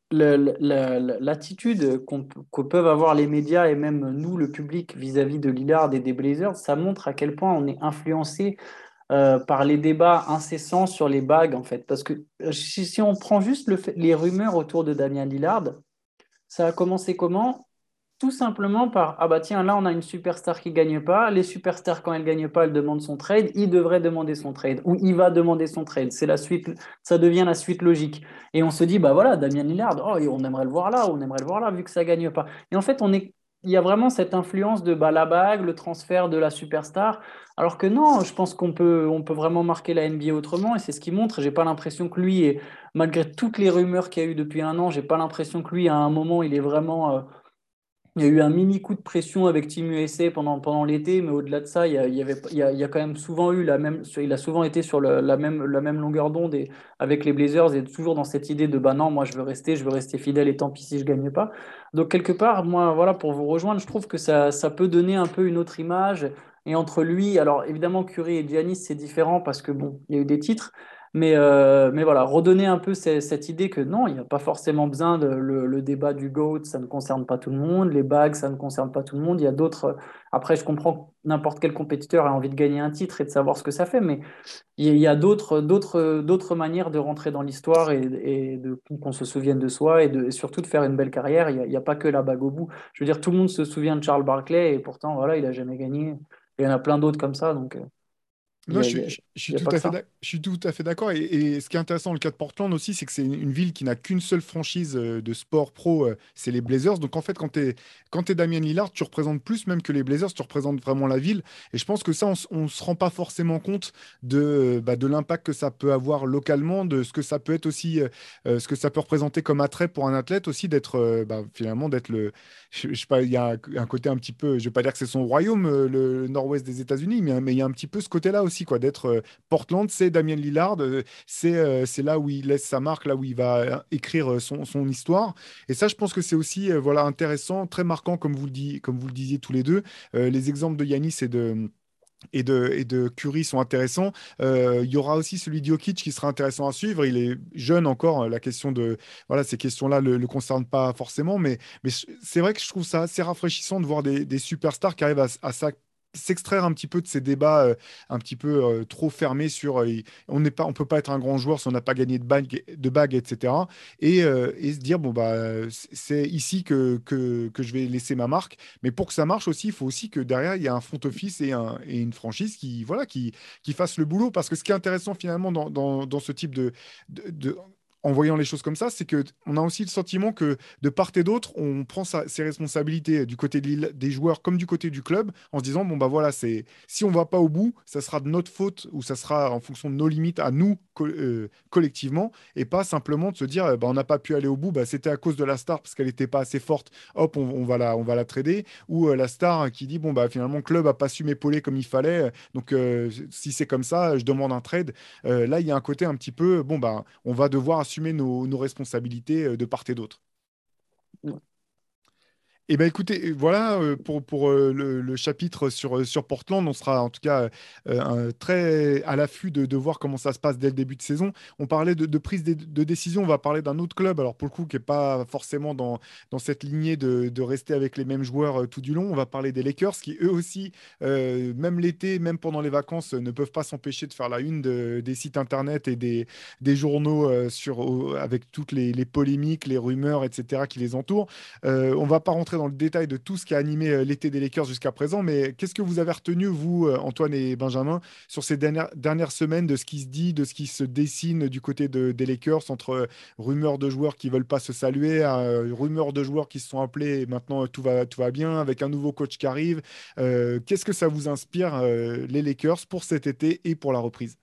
l'attitude que peuvent avoir les médias et même nous, le public, vis-à-vis de Lillard et des Blazers, ça montre à quel point on est influencé par les débats incessants sur les bagues, en fait. Parce que si on prend juste les rumeurs autour de Damien Lillard, ça a commencé comment? Tout simplement par, ah bah tiens, là on a une superstar qui gagne pas. Les superstars, quand elles gagnent pas, elles demandent son trade. Il devrait demander son trade ou il va demander son trade. C'est la suite, ça devient la suite logique. Et on se dit, bah voilà, Damien Lillard, oh, on aimerait le voir là, on aimerait le voir là, vu que ça gagne pas. Et en fait, il y a vraiment cette influence de bah, la bague, le transfert de la superstar. Alors que non, je pense qu'on peut vraiment marquer la NBA autrement. Et c'est ce qui montre. J'ai pas l'impression que lui, malgré toutes les rumeurs qu'il y a eu depuis un an, j'ai pas l'impression que lui, à un moment, il est vraiment. Il y a eu un mini coup de pression avec Team USA pendant l'été, mais au-delà de ça, il y a quand même souvent eu il a souvent été sur la même longueur d'onde avec les Blazers et toujours dans cette idée de bah non, moi je veux rester fidèle et tant pis si je gagne pas. Donc quelque part, moi voilà, pour vous rejoindre, je trouve que ça peut donner un peu une autre image. Et entre lui, alors évidemment, Curry et Giannis, c'est différent parce que bon, il y a eu des titres, mais voilà, redonner un peu cette idée que non, il n'y a pas forcément besoin de le débat du GOAT, ça ne concerne pas tout le monde, les bagues, ça ne concerne pas tout le monde. Il y a d'autres. Après, je comprends que n'importe quel compétiteur a envie de gagner un titre et de savoir ce que ça fait, mais il y a d'autres manières de rentrer dans l'histoire et qu'on se souvienne de soi et surtout de faire une belle carrière. Il y a pas que la bague au bout. Je veux dire, tout le monde se souvient de Charles Barkley et pourtant, voilà, il n'a jamais gagné. Il y en a plein d'autres comme ça, donc il Non, n'y a, il y a- je suis il y a tout pas que à fait ça. je suis tout à fait d'accord. Et ce qui est intéressant dans le cas de Portland aussi, c'est que c'est une ville qui n'a qu'une seule franchise de sport pro, c'est les Blazers. Donc en fait, quand tu es Damien Lillard, tu représentes plus même que les Blazers, tu représentes vraiment la ville. Et je pense que ça, on se rend pas forcément compte de l'impact que ça peut avoir localement, de ce que ça peut être aussi, ce que ça peut représenter comme attrait pour un athlète aussi, d'être finalement d'être le. Je sais pas, il y a un côté un petit peu, je vais pas dire que c'est son royaume, le nord-ouest des États-Unis, mais il y a un petit peu ce côté-là aussi, quoi, d'être Portland, c'est Damien Lillard, c'est là où il laisse sa marque, là où il va écrire son histoire. Et ça, je pense que c'est aussi voilà, intéressant, très marquant, comme vous le disiez tous les deux. Les exemples de Yanis et de Curry sont intéressants. Il y aura aussi celui de Jokic qui sera intéressant à suivre. Il est jeune encore. La question de voilà, ces questions-là le concernent pas forcément, mais c'est vrai que je trouve ça assez rafraîchissant de voir des superstars qui arrivent s'extraire un petit peu de ces débats un petit peu trop fermés sur on peut pas être un grand joueur si on n'a pas gagné de bague, etc. Et se dire bon bah c'est ici que je vais laisser ma marque. Mais pour que ça marche aussi, il faut aussi que derrière, il y a un front office et une franchise voilà, qui fasse le boulot. Parce que ce qui est intéressant finalement dans ce type en voyant les choses comme ça, c'est que on a aussi le sentiment que de part et d'autre, on prend ses responsabilités du côté des joueurs comme du côté du club en se disant, bon, bah voilà, si on va pas au bout, ça sera de notre faute ou ça sera en fonction de nos limites à nous collectivement et pas simplement de se dire, bah, on n'a pas pu aller au bout, bah, c'était à cause de la star parce qu'elle n'était pas assez forte, hop, on va la trader ou la star qui dit, bon, bah finalement, le club a pas su m'épauler comme il fallait, donc si c'est comme ça, je demande un trade. Là, il y a un côté un petit peu, bon, bah, on va devoir assumer nos responsabilités de part et d'autre. Eh ben écoutez, voilà pour le chapitre sur Portland. On sera en tout cas très à l'affût de voir comment ça se passe dès le début de saison. On parlait de prise de décision, on va parler d'un autre club, alors pour le coup qui n'est pas forcément dans cette lignée de rester avec les mêmes joueurs tout du long. On va parler des Lakers qui eux aussi, même l'été, même pendant les vacances, ne peuvent pas s'empêcher de faire la une des sites internet et des journaux avec toutes les polémiques, les rumeurs, etc. qui les entourent. On va pas rentrer dans le détail de tout ce qui a animé l'été des Lakers jusqu'à présent, mais qu'est-ce que vous avez retenu, vous, Antoine et Benjamin, sur ces dernières semaines, de ce qui se dit, de ce qui se dessine du côté des Lakers, entre rumeurs de joueurs qui veulent pas se saluer, rumeurs de joueurs qui se sont appelés et maintenant tout va bien, avec un nouveau coach qui arrive. Qu'est-ce que ça vous inspire, les Lakers, pour cet été et pour la reprise?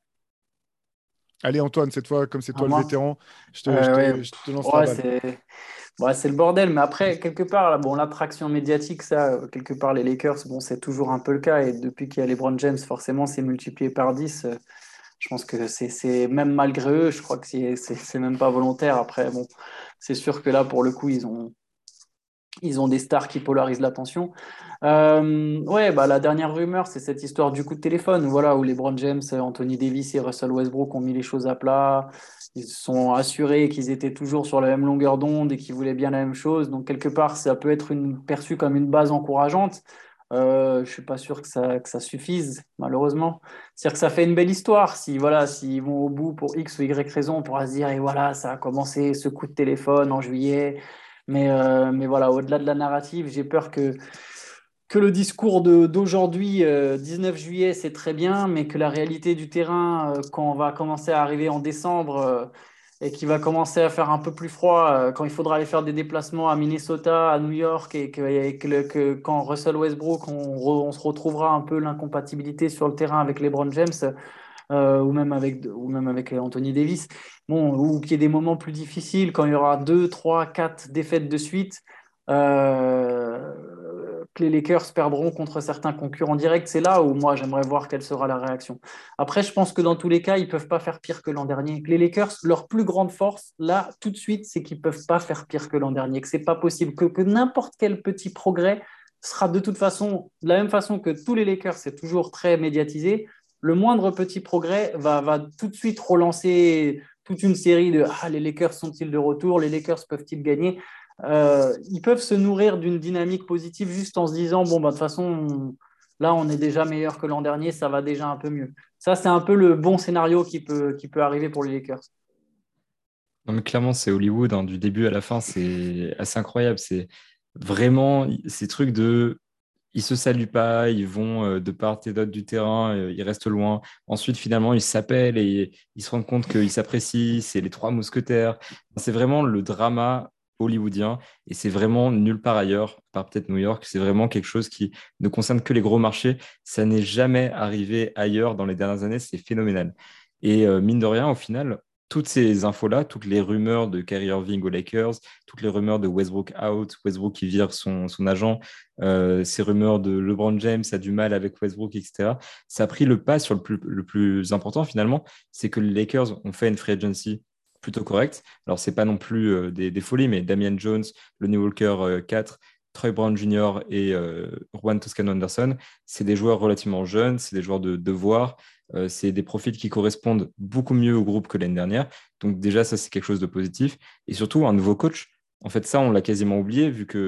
Allez, Antoine, cette fois, comme c'est À toi le moi. vétéran, Ouais, je te lance la ouais, balle. c'est le bordel. Mais après, quelque part, là, bon, l'attraction médiatique, ça, quelque part, les Lakers, bon, c'est toujours un peu le cas. Et depuis qu'il y a LeBron James, forcément, c'est multiplié par 10. Je pense que c'est même malgré eux, je crois que c'est même pas volontaire. Après, bon, c'est sûr que là, pour le coup, ils ont des stars qui polarisent l'attention. Ouais, bah, la dernière rumeur, c'est cette histoire du coup de téléphone, voilà, où LeBron James, Anthony Davis et Russell Westbrook ont mis les choses à plat. Ils se sont assurés qu'ils étaient toujours sur la même longueur d'onde et qu'ils voulaient bien la même chose. Donc, quelque part, ça peut être perçu comme une base encourageante. Je suis pas sûr que ça suffise, malheureusement. C'est-à-dire que ça fait une belle histoire. Si, voilà, s'ils vont au bout pour X ou Y raison, on pourra se dire, et voilà, ça a commencé ce coup de téléphone en juillet. Mais voilà, au-delà de la narrative, j'ai peur que le discours d'aujourd'hui, 19 juillet, c'est très bien, mais que la réalité du terrain, quand on va commencer à arriver en décembre et qu'il va commencer à faire un peu plus froid, quand il faudra aller faire des déplacements à Minnesota, à New York, et que quand Russell Westbrook, on se retrouvera un peu l'incompatibilité sur le terrain avec LeBron James, ou même avec Anthony Davis. Bon, ou qu'il y ait des moments plus difficiles quand il y aura 2, 3, 4 défaites de suite, que les Lakers perdront contre certains concurrents directs. C'est là où moi j'aimerais voir quelle sera la réaction. Après, je pense que dans tous les cas, ils ne peuvent pas faire pire que l'an dernier. Les Lakers, leur plus grande force, là, tout de suite, c'est qu'ils ne peuvent pas faire pire que l'an dernier, que c'est pas possible, que n'importe quel petit progrès sera de toute façon, de la même façon que tous les Lakers, c'est toujours très médiatisé. Le moindre petit progrès va tout de suite relancer toute une série de les Lakers sont-ils de retour? Les Lakers peuvent-ils gagner? Ils peuvent se nourrir d'une dynamique positive juste en se disant bon, bah, de toute façon, là, on est déjà meilleur que l'an dernier, ça va déjà un peu mieux. Ça, c'est un peu le bon scénario qui peut arriver pour les Lakers. Non, mais clairement, c'est Hollywood, hein, du début à la fin, c'est assez incroyable. C'est vraiment ces trucs de. Ils se saluent pas, ils vont de part et d'autre du terrain, ils restent loin. Ensuite, finalement, ils s'appellent et ils se rendent compte qu'ils s'apprécient. C'est les trois mousquetaires. C'est vraiment le drama hollywoodien et c'est vraiment nulle part ailleurs, à part peut-être New York. C'est vraiment quelque chose qui ne concerne que les gros marchés. Ça n'est jamais arrivé ailleurs dans les dernières années. C'est phénoménal. Et mine de rien, au final, toutes ces infos-là, toutes les rumeurs de Kyrie Irving aux Lakers, toutes les rumeurs de Westbrook out, Westbrook qui vire son agent, ces rumeurs de LeBron James a du mal avec Westbrook, etc. Ça a pris le pas sur le plus important finalement, c'est que les Lakers ont fait une free agency plutôt correcte. Alors, c'est pas non plus des folies, mais Damian Jones, Lonnie Walker 4, Troy Brown Jr. et Juan Toscano Anderson, c'est des joueurs relativement jeunes, c'est des joueurs de devoir, c'est des profils qui correspondent beaucoup mieux au groupe que l'année dernière. Donc déjà, ça, c'est quelque chose de positif. Et surtout, un nouveau coach. En fait, ça, on l'a quasiment oublié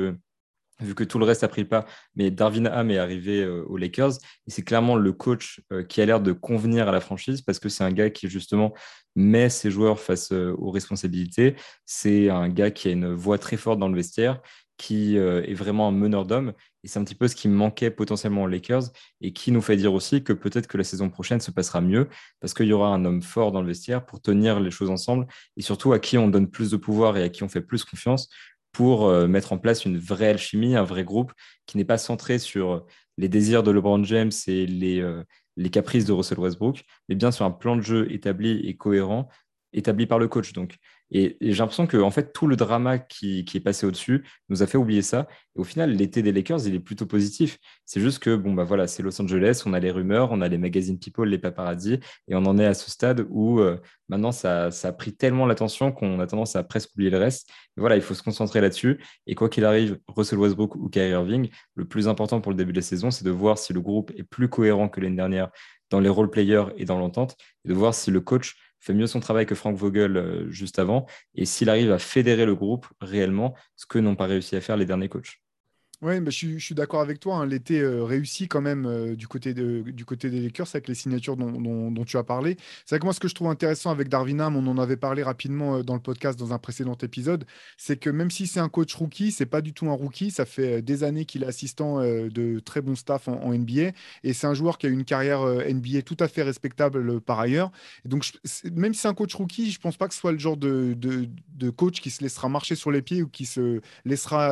vu que tout le reste a pris le pas. Mais Darvin Ham est arrivé aux Lakers et c'est clairement le coach qui a l'air de convenir à la franchise parce que c'est un gars qui justement met ses joueurs face aux responsabilités. C'est un gars qui a une voix très forte dans le vestiaire, qui est vraiment un meneur d'hommes. Et c'est un petit peu ce qui manquait potentiellement aux Lakers et qui nous fait dire aussi que peut-être que la saison prochaine se passera mieux parce qu'il y aura un homme fort dans le vestiaire pour tenir les choses ensemble et surtout à qui on donne plus de pouvoir et à qui on fait plus confiance pour mettre en place une vraie alchimie, un vrai groupe qui n'est pas centré sur les désirs de LeBron James et les caprices de Russell Westbrook, mais bien sur un plan de jeu établi et cohérent, établi par le coach. Donc. Et j'ai l'impression que en fait, tout le drama qui est passé au-dessus nous a fait oublier ça. Et au final, l'été des Lakers, il est plutôt positif. C'est juste que, bon, bah voilà, c'est Los Angeles, on a les rumeurs, on a les magazine people, les paparazzi, et on en est à ce stade où maintenant, ça a pris tellement l'attention qu'on a tendance à presque oublier le reste. Mais voilà, il faut se concentrer là-dessus. Et quoi qu'il arrive, Russell Westbrook ou Kyrie Irving, le plus important pour le début de la saison, c'est de voir si le groupe est plus cohérent que l'année dernière dans les role players et dans l'entente, et de voir si le coach fait mieux son travail que Frank Vogel juste avant, et s'il arrive à fédérer le groupe réellement, ce que n'ont pas réussi à faire les derniers coachs. Oui, je suis d'accord avec toi, hein. L'été réussi quand même du côté des Lakers avec les signatures dont tu as parlé. C'est vrai que moi, ce que je trouve intéressant avec Darvin Ham, on en avait parlé rapidement dans le podcast dans un précédent épisode, c'est que même si c'est un coach rookie, c'est pas du tout un rookie. Ça fait des années qu'il est assistant de très bon staff en NBA et c'est un joueur qui a une carrière NBA tout à fait respectable par ailleurs. Et donc, même si c'est un coach rookie, je pense pas que ce soit le genre de coach qui se laissera marcher sur les pieds ou qui se laissera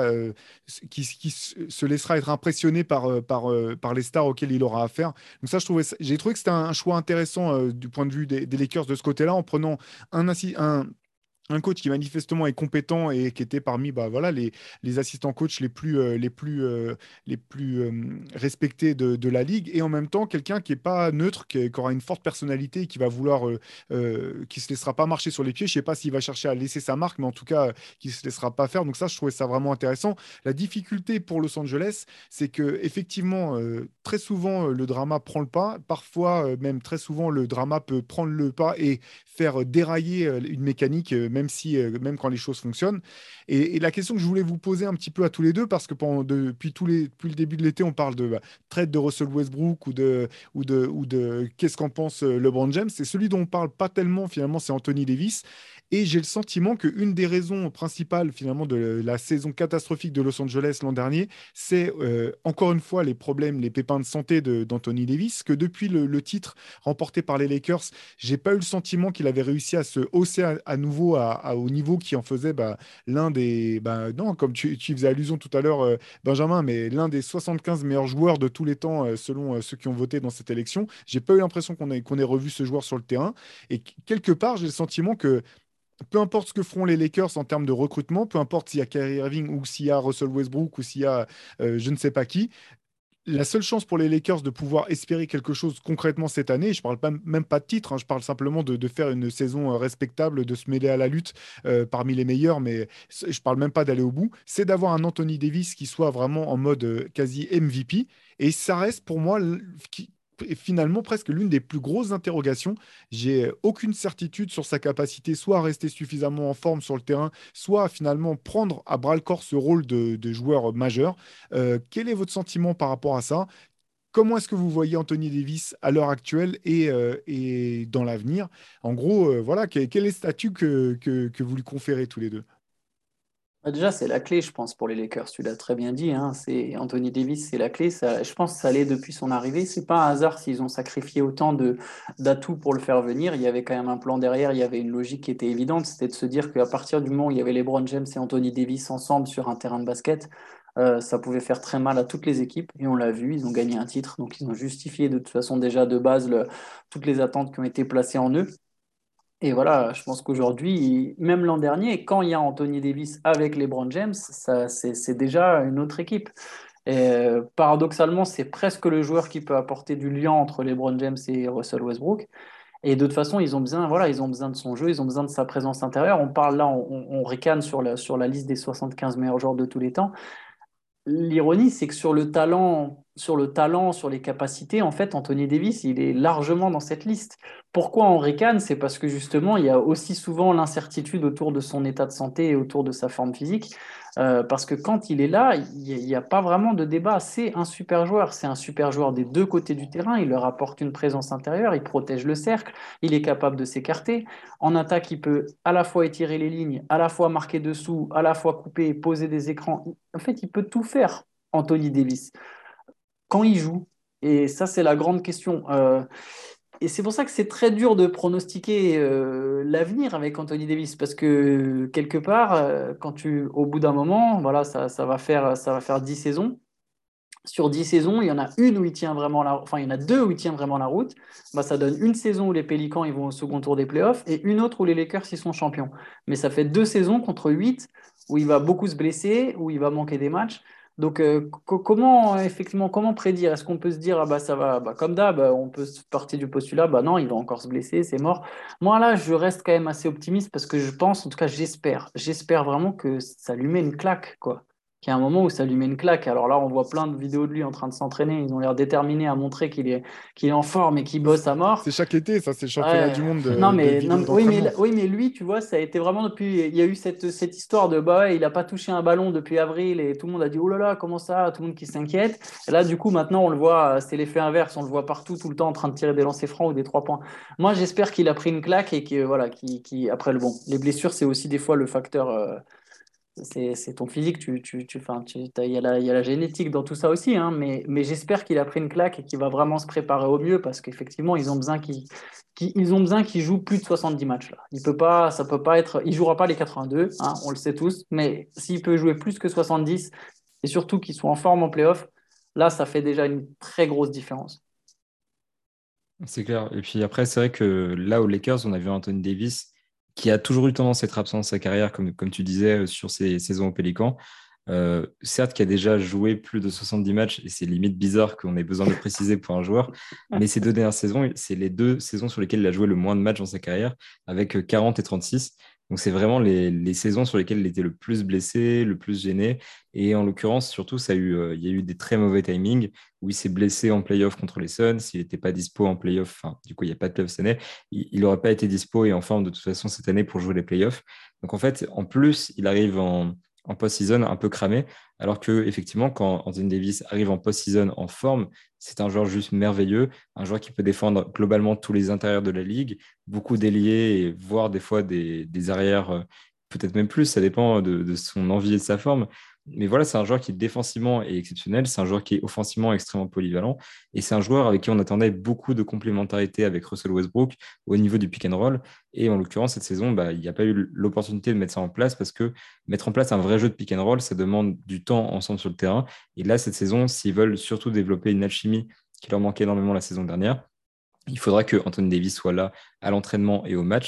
qui se laissera être impressionné par les stars auxquelles il aura affaire. Donc ça, j'ai trouvé que c'était un choix intéressant du point de vue des Lakers de ce côté-là, en prenant un coach qui manifestement est compétent et qui était parmi bah, voilà, les assistants coachs les plus respectés de la ligue, et en même temps quelqu'un qui n'est pas neutre, qui aura une forte personnalité et qui va vouloir, qui se laissera pas marcher sur les pieds. Je sais pas s'il va chercher à laisser sa marque, mais en tout cas, qui se laissera pas faire. Donc ça, je trouvais ça vraiment intéressant. La difficulté pour Los Angeles, c'est que effectivement, très souvent, le drama prend le pas. Parfois, même très souvent, le drama peut prendre le pas et faire dérailler une mécanique, même quand les choses fonctionnent. Et la question que je voulais vous poser un petit peu à tous les deux, parce que depuis le début de l'été, on parle de trade de Russell Westbrook ou de qu'est-ce qu'en pense LeBron James. C'est celui dont on parle pas tellement finalement, c'est Anthony Davis. Et j'ai le sentiment qu'une des raisons principales finalement de la saison catastrophique de Los Angeles l'an dernier, c'est encore une fois les problèmes, les pépins de santé d'Anthony Davis, que depuis le titre remporté par les Lakers, j'ai pas eu le sentiment qu'il avait réussi à se hausser à nouveau au niveau qui en faisait l'un des, non, comme tu faisais allusion tout à l'heure, Benjamin, mais l'un des 75 meilleurs joueurs de tous les temps, selon ceux qui ont voté dans cette élection. J'ai pas eu l'impression qu'on ait revu ce joueur sur le terrain. Et quelque part, j'ai le sentiment que peu importe ce que feront les Lakers en termes de recrutement, peu importe s'il y a Kyrie Irving ou s'il y a Russell Westbrook ou s'il y a je ne sais pas qui, la seule chance pour les Lakers de pouvoir espérer quelque chose concrètement cette année, je ne parle même pas de titre, hein, je parle simplement de faire une saison respectable, de se mêler à la lutte parmi les meilleurs, mais je ne parle même pas d'aller au bout, c'est d'avoir un Anthony Davis qui soit vraiment en mode quasi MVP. Et ça reste pour moi finalement presque l'une des plus grosses interrogations. J'ai aucune certitude sur sa capacité soit à rester suffisamment en forme sur le terrain, soit à finalement prendre à bras le corps ce rôle de joueur majeur. Quel est votre sentiment par rapport à ça? Comment est-ce que vous voyez Anthony Davis à l'heure actuelle et dans l'avenir? En gros, voilà, quel est le statut que vous lui conférez tous les deux? Bah, déjà, c'est la clé, je pense, pour les Lakers. Tu l'as très bien dit, hein, c'est Anthony Davis, c'est la clé. Ça, je pense que ça l'est depuis son arrivée. C'est pas un hasard s'ils ont sacrifié autant d'atouts pour le faire venir. Il y avait quand même un plan derrière, il y avait une logique qui était évidente. C'était de se dire qu'à partir du moment où il y avait LeBron James et Anthony Davis ensemble sur un terrain de basket, ça pouvait faire très mal à toutes les équipes. Et on l'a vu, ils ont gagné un titre. Donc ils ont justifié de toute façon déjà de base toutes les attentes qui ont été placées en eux. Et voilà, je pense qu'aujourd'hui, même l'an dernier, quand il y a Anthony Davis avec LeBron James, ça, c'est déjà une autre équipe. Et paradoxalement, c'est presque le joueur qui peut apporter du lien entre LeBron James et Russell Westbrook. Et de toute façon, ils ont besoin, voilà, ils ont besoin de son jeu, ils ont besoin de sa présence intérieure. On parle là, on ricane sur la liste des 75 meilleurs joueurs de tous les temps. L'ironie, c'est que sur les capacités, en fait, Anthony Davis, il est largement dans cette liste. Pourquoi on ricane? C'est parce que justement, il y a aussi souvent l'incertitude autour de son état de santé et autour de sa forme physique. Parce que quand il est là, il n'y a pas vraiment de débat. C'est un super joueur. C'est un super joueur des deux côtés du terrain. Il leur apporte une présence intérieure. Il protège le cercle. Il est capable de s'écarter. En attaque, il peut à la fois étirer les lignes, à la fois marquer dessous, à la fois couper, poser des écrans. En fait, il peut tout faire, Anthony Davis, quand il joue. Et ça, c'est la grande question. Et c'est pour ça que c'est très dur de pronostiquer l'avenir avec Anthony Davis, parce que quelque part, au bout d'un moment, voilà, ça va faire 10 saisons. Sur 10 saisons, il y en a une où il tient vraiment enfin, il y en a deux où il tient vraiment la route. Bah, ça donne une saison où les Pélicans ils vont au second tour des playoffs et une autre où les Lakers ils sont champions. Mais ça fait 2 saisons contre 8 où il va beaucoup se blesser, où il va manquer des matchs. Donc, comment, effectivement, comment prédire? Est-ce qu'on peut se dire, ah bah ça va, bah, comme d'hab, on peut partir du postulat, bah non, il va encore se blesser, c'est mort. Moi, là, je reste quand même assez optimiste parce que je pense, en tout cas, j'espère vraiment que ça lui met une claque, quoi, qu'il y a un moment où ça lui met une claque. Alors là, on voit plein de vidéos de lui en train de s'entraîner. Ils ont l'air déterminés à montrer qu'il est en forme et qu'il bosse à mort. C'est chaque été, ça, c'est le championnat Ouais. du monde Non, de mais, vidéos oui, d'entraînement. oui, mais lui, tu vois, ça a été vraiment depuis. Il y a eu cette histoire de bah ouais, il n'a pas touché un ballon depuis avril et tout le monde a dit oh là là, comment ça? Tout le monde qui s'inquiète. Et là, du coup, maintenant, on le voit, c'est l'effet inverse. On le voit partout, tout le temps, en train de tirer des lancers francs ou des 3 points. Moi, j'espère qu'il a pris une claque et que voilà, après le bon. Les blessures, c'est aussi des fois le facteur. C'est ton physique, enfin, il y a la génétique dans tout ça aussi, hein, mais j'espère qu'il a pris une claque et qu'il va vraiment se préparer au mieux parce qu'effectivement, ils ont besoin qu'il joue plus de 70 matchs là. Ça peut pas être, il jouera pas les 82, hein, on le sait tous, mais s'il peut jouer plus que 70 et surtout qu'il soit en forme en playoff, là, ça fait déjà une très grosse différence. C'est clair. Et puis après, c'est vrai que là, aux Lakers, on a vu Anthony Davis qui a toujours eu tendance à être absent de sa carrière, comme tu disais, sur ses saisons au Pélican. Certes, qui a déjà joué plus de 70 matchs, et c'est limite bizarre qu'on ait besoin de le préciser pour un joueur, mais ces 2 dernières saisons, c'est les 2 saisons sur lesquelles il a joué le moins de matchs dans sa carrière, avec 40 et 36. Donc, c'est vraiment les saisons sur lesquelles il était le plus blessé, le plus gêné. Et en l'occurrence, surtout, il y a eu des très mauvais timings où il s'est blessé en playoff contre les Suns. S'il n'était pas dispo en playoff, enfin, du coup, il n'y a pas de playoff cette année, il n'aurait pas été dispo et en forme de toute façon cette année pour jouer les playoffs. Donc, en fait, en plus, il arrive en post-season un peu cramé, alors que effectivement, quand Anthony Davis arrive en post-season en forme, c'est un joueur juste merveilleux, un joueur qui peut défendre globalement tous les intérieurs de la ligue, beaucoup d'ailiers, et voire des fois des arrières, peut-être même plus, ça dépend de son envie et de sa forme. Mais voilà, c'est un joueur qui défensivement est exceptionnel, c'est un joueur qui est offensivement extrêmement polyvalent, et c'est un joueur avec qui on attendait beaucoup de complémentarité avec Russell Westbrook au niveau du pick and roll. Et en l'occurrence, cette saison, bah, il n'y a pas eu l'opportunité de mettre ça en place parce que mettre en place un vrai jeu de pick and roll, ça demande du temps ensemble sur le terrain. Et là, cette saison, s'ils veulent surtout développer une alchimie qui leur manquait énormément la saison dernière, il faudra que Anthony Davis soit là à l'entraînement et au match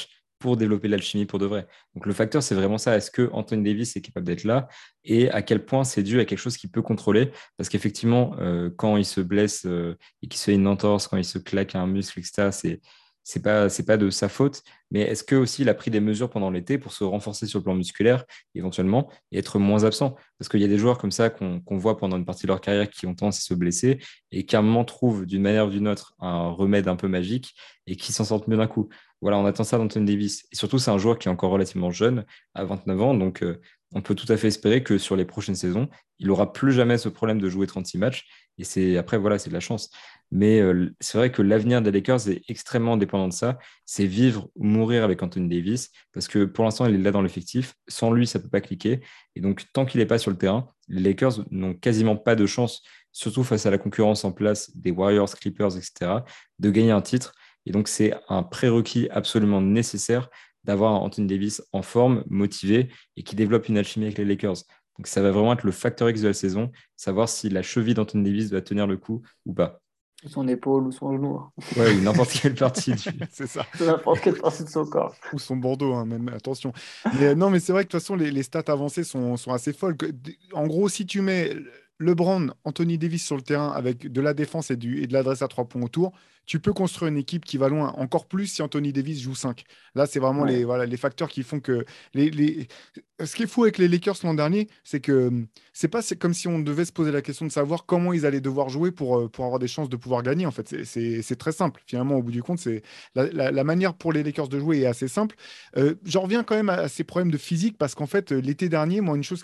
pour développer l'alchimie pour de vrai. Donc le facteur, c'est vraiment ça. Est-ce que Anthony Davis est capable d'être là et à quel point c'est dû à quelque chose qu'il peut contrôler? Parce qu'effectivement, quand il se blesse et qu'il se fait une entorse, quand il se claque un muscle, etc., c'est pas de sa faute. Mais est-ce que aussi il a pris des mesures pendant l'été pour se renforcer sur le plan musculaire, éventuellement, et être moins absent? Parce qu'il y a des joueurs comme ça qu'on voit pendant une partie de leur carrière qui ont tendance à se blesser et qui à un moment trouvent d'une manière ou d'une autre un remède un peu magique et qui s'en sortent mieux d'un coup. Voilà, on attend ça d'Anthony Davis. Et surtout, c'est un joueur qui est encore relativement jeune, à 29 ans. Donc, on peut tout à fait espérer que sur les prochaines saisons, il n'aura plus jamais ce problème de jouer 36 matchs. Et après, voilà, c'est de la chance. Mais c'est vrai que l'avenir des Lakers est extrêmement dépendant de ça. C'est vivre ou mourir avec Anthony Davis. Parce que pour l'instant, il est là dans l'effectif. Sans lui, ça ne peut pas cliquer. Et donc, tant qu'il n'est pas sur le terrain, les Lakers n'ont quasiment pas de chance, surtout face à la concurrence en place des Warriors, Clippers, etc., de gagner un titre. Et donc, c'est un prérequis absolument nécessaire d'avoir un Anthony Davis en forme, motivé et qui développe une alchimie avec les Lakers. Donc, ça va vraiment être le facteur X de la saison, savoir si la cheville d'Anthony Davis va tenir le coup ou pas. Ou son épaule, ou son genou, hein. Ouais, ou n'importe quelle partie du. C'est ça. N'importe quelle partie de son corps. Ou son bandeau, hein, même, attention. Mais non, mais c'est vrai que de toute façon, les stats avancées sont assez folles. En gros, si tu mets LeBron, Anthony Davis sur le terrain avec de la défense et de l'adresse à 3 points autour, tu peux construire une équipe qui va loin. Encore plus si Anthony Davis joue 5. Là, c'est vraiment Ouais. voilà, les facteurs qui font que. Ce qui est fou avec les Lakers l'an dernier, c'est que c'est comme si on devait se poser la question de savoir comment ils allaient devoir jouer pour avoir des chances de pouvoir gagner. En fait, c'est très simple. Finalement, au bout du compte, c'est la manière pour les Lakers de jouer est assez simple. J'en reviens quand même à ces problèmes de physique parce qu'en fait, l'été dernier, moi, une chose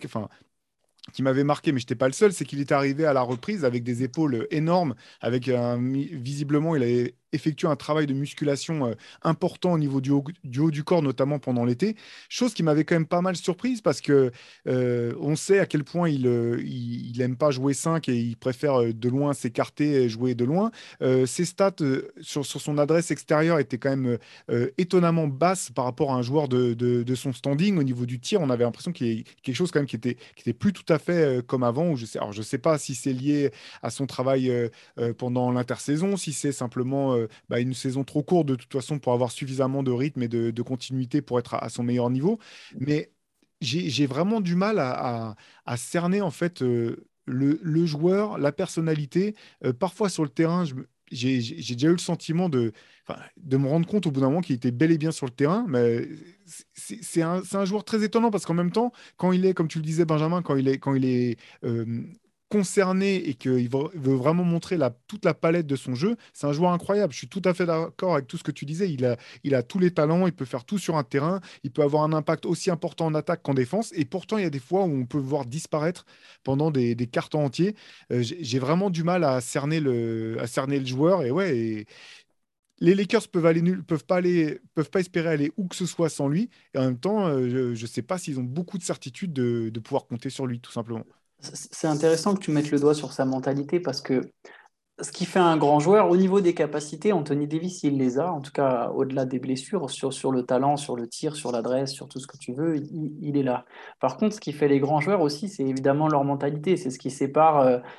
qui m'avait marqué, mais je n'étais pas le seul, c'est qu'il était arrivé à la reprise avec des épaules énormes, visiblement, il avait effectué un travail de musculation important au niveau du haut du corps, notamment pendant l'été. Chose qui m'avait quand même pas mal surprise parce que on sait à quel point il aime pas jouer 5 et il préfère de loin s'écarter et jouer de loin. Ses stats sur son adresse extérieure étaient quand même étonnamment basses par rapport à un joueur de son standing. Au niveau du tir, on avait l'impression qu'il y a quelque chose quand même qui était plus tout à fait comme avant. Alors, je sais pas si c'est lié à son travail pendant l'intersaison, si c'est simplement une saison trop courte de toute façon pour avoir suffisamment de rythme et de continuité pour être à son meilleur niveau. Mais j'ai vraiment du mal à cerner en fait le joueur, la personnalité. Parfois sur le terrain, j'ai déjà eu le sentiment de me rendre compte au bout d'un moment qu'il était bel et bien sur le terrain. Mais c'est un joueur très étonnant parce qu'en même temps, quand il est, comme tu le disais, Benjamin, quand il est concerné et qu'il veut vraiment montrer toute la palette de son jeu, c'est un joueur incroyable. Je suis tout à fait d'accord avec tout ce que tu disais. Il a tous les talents, il peut faire tout sur un terrain, il peut avoir un impact aussi important en attaque qu'en défense. Et pourtant, il y a des fois où on peut voir disparaître pendant des cartons entiers. J'ai vraiment du mal à cerner le joueur. Et ouais, les Lakers peuvent pas espérer aller où que ce soit sans lui. Et en même temps, je ne sais pas s'ils ont beaucoup de certitude de pouvoir compter sur lui, tout simplement. C'est intéressant que tu mettes le doigt sur sa mentalité parce que ce qui fait un grand joueur, au niveau des capacités, Anthony Davis, il les a, en tout cas au-delà des blessures, sur le talent, sur le tir, sur l'adresse, sur tout ce que tu veux, il est là. Par contre, ce qui fait les grands joueurs aussi, c'est évidemment leur mentalité. C'est ce qui sépare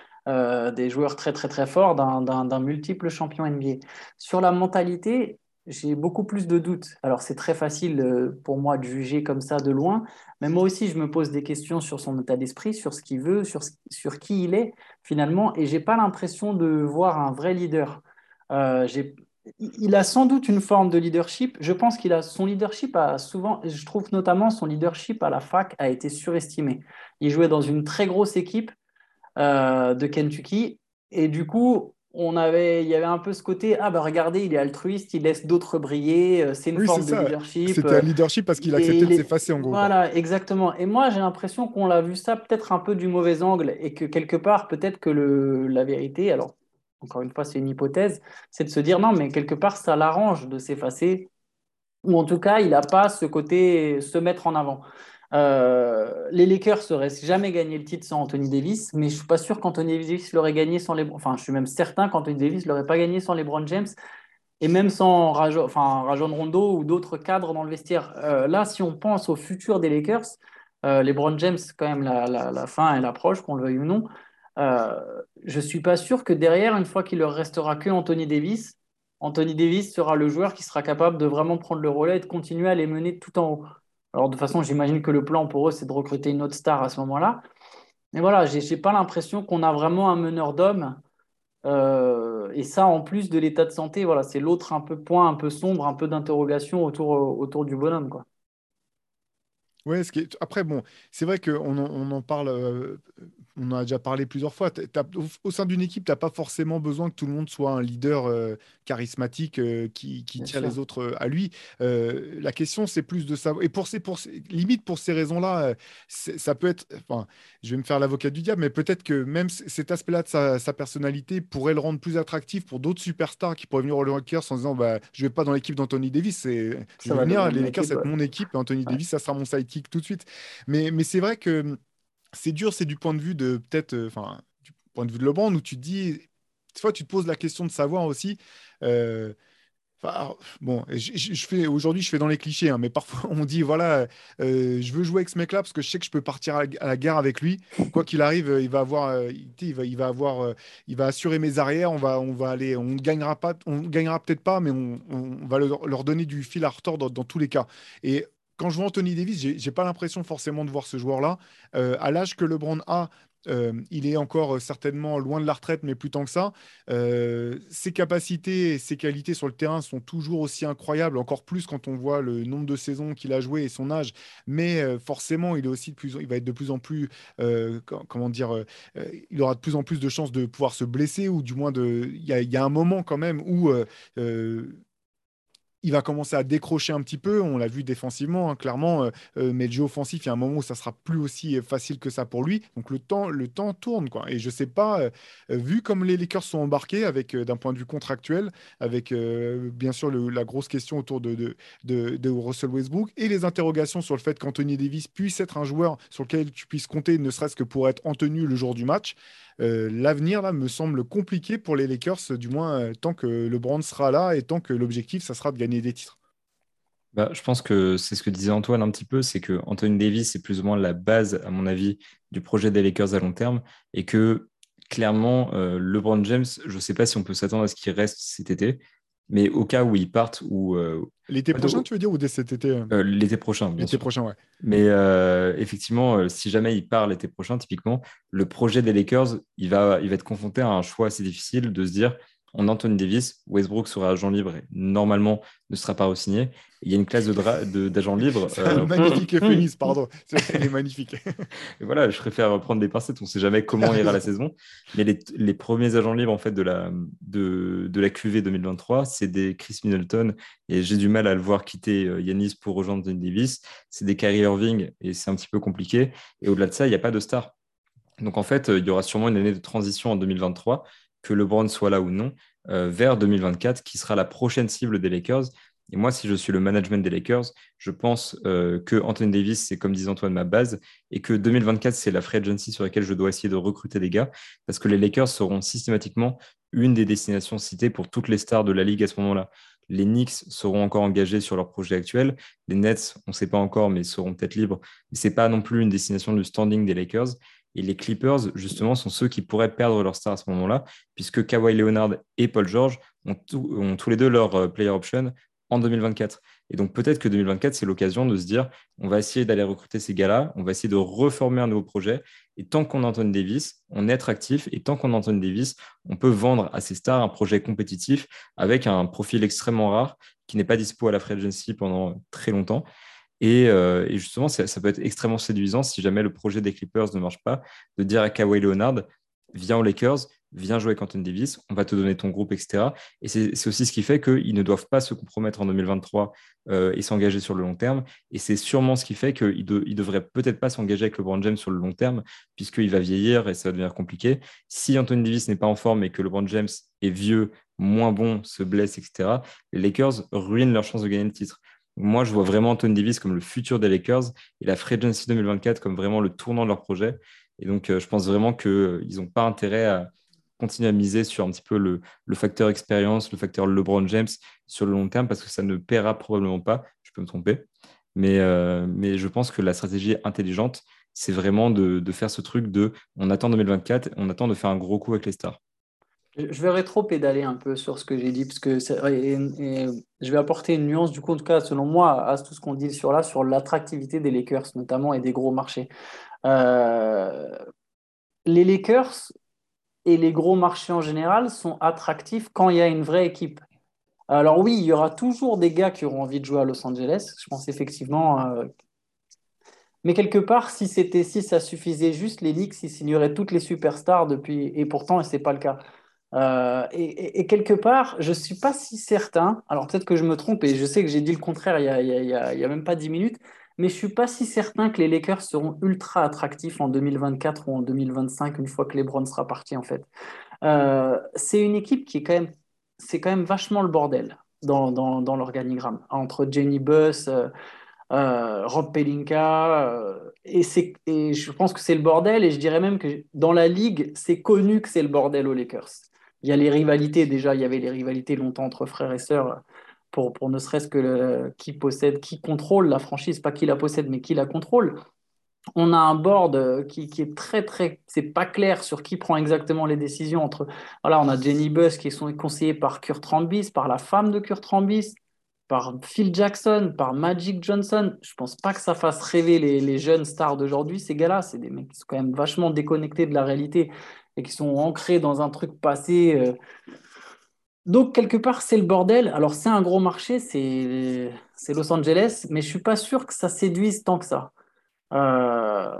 des joueurs très très très forts d'un multiple champion NBA. Sur la mentalité, j'ai beaucoup plus de doutes. Alors c'est très facile pour moi de juger comme ça de loin, mais moi aussi je me pose des questions sur son état d'esprit, sur ce qu'il veut, sur qui il est finalement, et j'ai pas l'impression de voir un vrai leader. Il a sans doute une forme de leadership. Je pense qu'il a son leadership a souvent, je trouve notamment son leadership à la fac a été surestimé. Il jouait dans une très grosse équipe de Kentucky et du coup il y avait un peu ce côté ah bah regardez il est altruiste, il laisse d'autres briller, c'est une Oui, c'est forme de ça. leadership. C'était un leadership parce qu'il acceptait de s'effacer, en gros, quoi. Voilà, exactement. Et moi, j'ai l'impression qu'on l'a vu ça peut-être un peu du mauvais angle et que quelque part, peut-être que la vérité, alors encore une fois, c'est une hypothèse, c'est de se dire non, mais quelque part, ça l'arrange de s'effacer ou en tout cas, il n'a pas ce côté se mettre en avant. Les Lakers n'auraient jamais gagné le titre sans Anthony Davis, mais je ne suis pas sûr qu'Anthony Davis l'aurait gagné sans les. Enfin, je suis même certain qu'Anthony Davis ne l'aurait pas gagné sans LeBron James et même sans Rajon Rondo ou d'autres cadres dans le vestiaire. Là, si on pense au futur des Lakers, LeBron James, quand même, la fin, elle approche, qu'on le veuille ou non. Je ne suis pas sûr que derrière, une fois qu'il leur restera que Anthony Davis, Anthony Davis sera le joueur qui sera capable de vraiment prendre le relais et de continuer à les mener tout en haut. Alors, de toute façon, j'imagine que le plan pour eux, c'est de recruter une autre star à ce moment-là. Mais voilà, j'ai pas l'impression qu'on a vraiment un meneur d'hommes. Et ça, en plus de l'état de santé, voilà, c'est l'autre point un peu sombre, un peu d'interrogation autour du bonhomme, quoi. Ouais, après, bon, c'est vrai qu'on en parle, on en a déjà parlé plusieurs fois. Au sein d'une équipe, tu n'as pas forcément besoin que tout le monde soit un leader charismatique qui Bien tire sûr. les autres à lui. La question, c'est plus de savoir. Et limite pour ces raisons-là, ça peut être. Enfin, je vais me faire l'avocat du diable, mais peut-être que même cet aspect-là de sa personnalité pourrait le rendre plus attractif pour d'autres superstars qui pourraient venir aux Lakers en disant bah, je vais pas dans l'équipe d'Anthony Davis, je Ça vais va venir, devenir les une Lakers, équipe. ça va être mon équipe et Anthony Ouais. Davis, ça sera mon sidekick tout de suite. Mais c'est vrai que c'est dur, c'est du point de vue de peut-être, enfin, du point de vue de LeBron, où tu te dis, des fois, tu te poses la question de savoir aussi. euh, alors, bon, aujourd'hui, je fais dans les clichés, hein, mais parfois on dit, voilà, je veux jouer avec ce mec-là parce que je sais que je peux partir à la guerre avec lui. Quoi qu'il arrive, il va avoir, il va avoir, il va assurer mes arrières. On va aller, on gagnera pas, on gagnera peut-être pas, mais on va leur donner du fil à retordre dans tous les cas. Et quand je vois Anthony Davis, j'ai pas l'impression forcément de voir ce joueur-là. À l'âge que LeBron a, il est encore certainement loin de la retraite, mais plus tant que ça. Ses capacités et ses qualités sur le terrain sont toujours aussi incroyables, encore plus quand on voit le nombre de saisons qu'il a joué et son âge. Mais forcément, il va être de plus en plus, comment dire, il aura de plus en plus de chances de pouvoir se blesser ou du moins il y a un moment quand même où il va commencer à décrocher un petit peu. On l'a vu défensivement, hein, clairement. Mais le jeu offensif, il y a un moment où ça sera plus aussi facile que ça pour lui. Donc le temps tourne, quoi. Et je sais pas, vu comme les Lakers sont embarqués avec, d'un point de vue contractuel, avec bien sûr la grosse question autour de Russell Westbrook et les interrogations sur le fait qu'Anthony Davis puisse être un joueur sur lequel tu puisses compter, ne serait-ce que pour être en tenue le jour du match. L'avenir là me semble compliqué pour les Lakers, du moins tant que LeBron sera là et tant que l'objectif, ça sera de gagner des titres. Bah, je pense que c'est ce que disait Antoine un petit peu, c'est que Anthony Davis est plus ou moins la base, à mon avis, du projet des Lakers à long terme et que clairement, LeBron James, je ne sais pas si on peut s'attendre à ce qu'il reste cet été, mais au cas où il parte ou L'été prochain, tu veux dire, ou dès cet été l'été prochain, bien l'été sûr. prochain, ouais. Mais effectivement, si jamais il part l'été prochain, typiquement, le projet des Lakers, il va être confronté à un choix assez difficile de se dire, on a Anthony Davis, Westbrook sera agent libre et normalement ne sera pas re-signé. Il y a une classe d'agents libres. C'est un magnifique euphémisme, pardon. Il est magnifique. Et voilà, je préfère prendre des pincettes, on ne sait jamais T'as comment ira la raison. saison. Mais les premiers agents libres en fait, de la QV 2023, c'est des Chris Middleton, et j'ai du mal à le voir quitter Yanis pour rejoindre Anthony Davis. C'est des Kyrie Irving, et c'est un petit peu compliqué. Et au-delà de ça, il n'y a pas de star. Donc en fait, il y aura sûrement une année de transition en 2023, que LeBron soit là ou non, vers 2024, qui sera la prochaine cible des Lakers. Et moi, si je suis le management des Lakers, je pense que Anthony Davis, c'est comme disait Antoine, ma base, et que 2024, c'est la free agency sur laquelle je dois essayer de recruter des gars, parce que les Lakers seront systématiquement une des destinations citées pour toutes les stars de la ligue à ce moment-là. Les Knicks seront encore engagés sur leur projet actuel. Les Nets, on ne sait pas encore, mais seront peut-être libres. Mais ce n'est pas non plus une destination du standing des Lakers. Et les Clippers, justement, sont ceux qui pourraient perdre leur star à ce moment-là, puisque Kawhi Leonard et Paul George ont tous les deux leur player option en 2024. Et donc peut-être que 2024, c'est l'occasion de se dire, on va essayer d'aller recruter ces gars-là, on va essayer de reformer un nouveau projet. Et tant qu'on a Anthony Davis, on est attractif. Et tant qu'on a Anthony Davis, on peut vendre à ces stars un projet compétitif avec un profil extrêmement rare qui n'est pas dispo à la free agency pendant très longtemps. Et justement, ça peut être extrêmement séduisant si jamais le projet des Clippers ne marche pas, de dire à Kawhi Leonard, viens aux Lakers, viens jouer avec Anthony Davis, on va te donner ton groupe, etc. Et c'est aussi ce qui fait qu'ils ne doivent pas se compromettre en 2023 et s'engager sur le long terme. Et c'est sûrement ce qui fait qu'ils ne devraient peut-être pas s'engager avec LeBron James sur le long terme, puisqu'il va vieillir et ça va devenir compliqué. Si Anthony Davis n'est pas en forme et que LeBron James est vieux, moins bon, se blesse, etc., les Lakers ruinent leur chance de gagner le titre. Moi, je vois vraiment Anthony Davis comme le futur des Lakers et la Free Agency 2024 comme vraiment le tournant de leur projet. Et donc, je pense vraiment qu'ils n'ont pas intérêt à continuer à miser sur un petit peu le facteur expérience, le facteur LeBron James sur le long terme parce que ça ne paiera probablement pas. Je peux me tromper. Mais je pense que la stratégie intelligente, c'est vraiment de faire ce truc de on attend 2024, on attend de faire un gros coup avec les stars. Je vais rétro-pédaler un peu sur ce que j'ai dit, parce que et je vais apporter une nuance, du coup, en tout cas, selon moi, à tout ce qu'on dit sur l'attractivité des Lakers, notamment, et des gros marchés. Euh, les Lakers et les gros marchés en général sont attractifs quand il y a une vraie équipe. Alors oui, il y aura toujours des gars qui auront envie de jouer à Los Angeles, je pense effectivement. Mais quelque part, si ça suffisait juste, les Knicks, ils signeraient toutes les superstars depuis, et pourtant, c'est pas le cas. Et quelque part, je suis pas si certain. Alors peut-être que je me trompe et je sais que j'ai dit le contraire il y a même pas 10 minutes, mais je suis pas si certain que les Lakers seront ultra attractifs en 2024 ou en 2025 une fois que LeBron sera parti en fait. C'est une équipe qui est c'est quand même vachement le bordel dans l'organigramme entre Jenny Buss. Rob Pelinka, et je pense que c'est le bordel, et je dirais même que dans la ligue, c'est connu que c'est le bordel aux Lakers. Il y a les rivalités, déjà, il y avait les rivalités longtemps entre frères et sœurs, pour ne serait-ce que qui possède, qui contrôle la franchise, pas qui la possède, mais qui la contrôle. On a un board qui est c'est pas clair sur qui prend exactement les décisions entre, voilà, on a Jenny Buss qui est conseillée par Kurt Rambis, par la femme de Kurt Rambis, par Phil Jackson, par Magic Johnson. Je pense pas que ça fasse rêver les jeunes stars d'aujourd'hui, ces gars-là. C'est des mecs qui sont quand même vachement déconnectés de la réalité et qui sont ancrés dans un truc passé. Donc, quelque part, c'est le bordel. Alors, c'est un gros marché, c'est Los Angeles, mais je suis pas sûr que ça séduise tant que ça. Euh,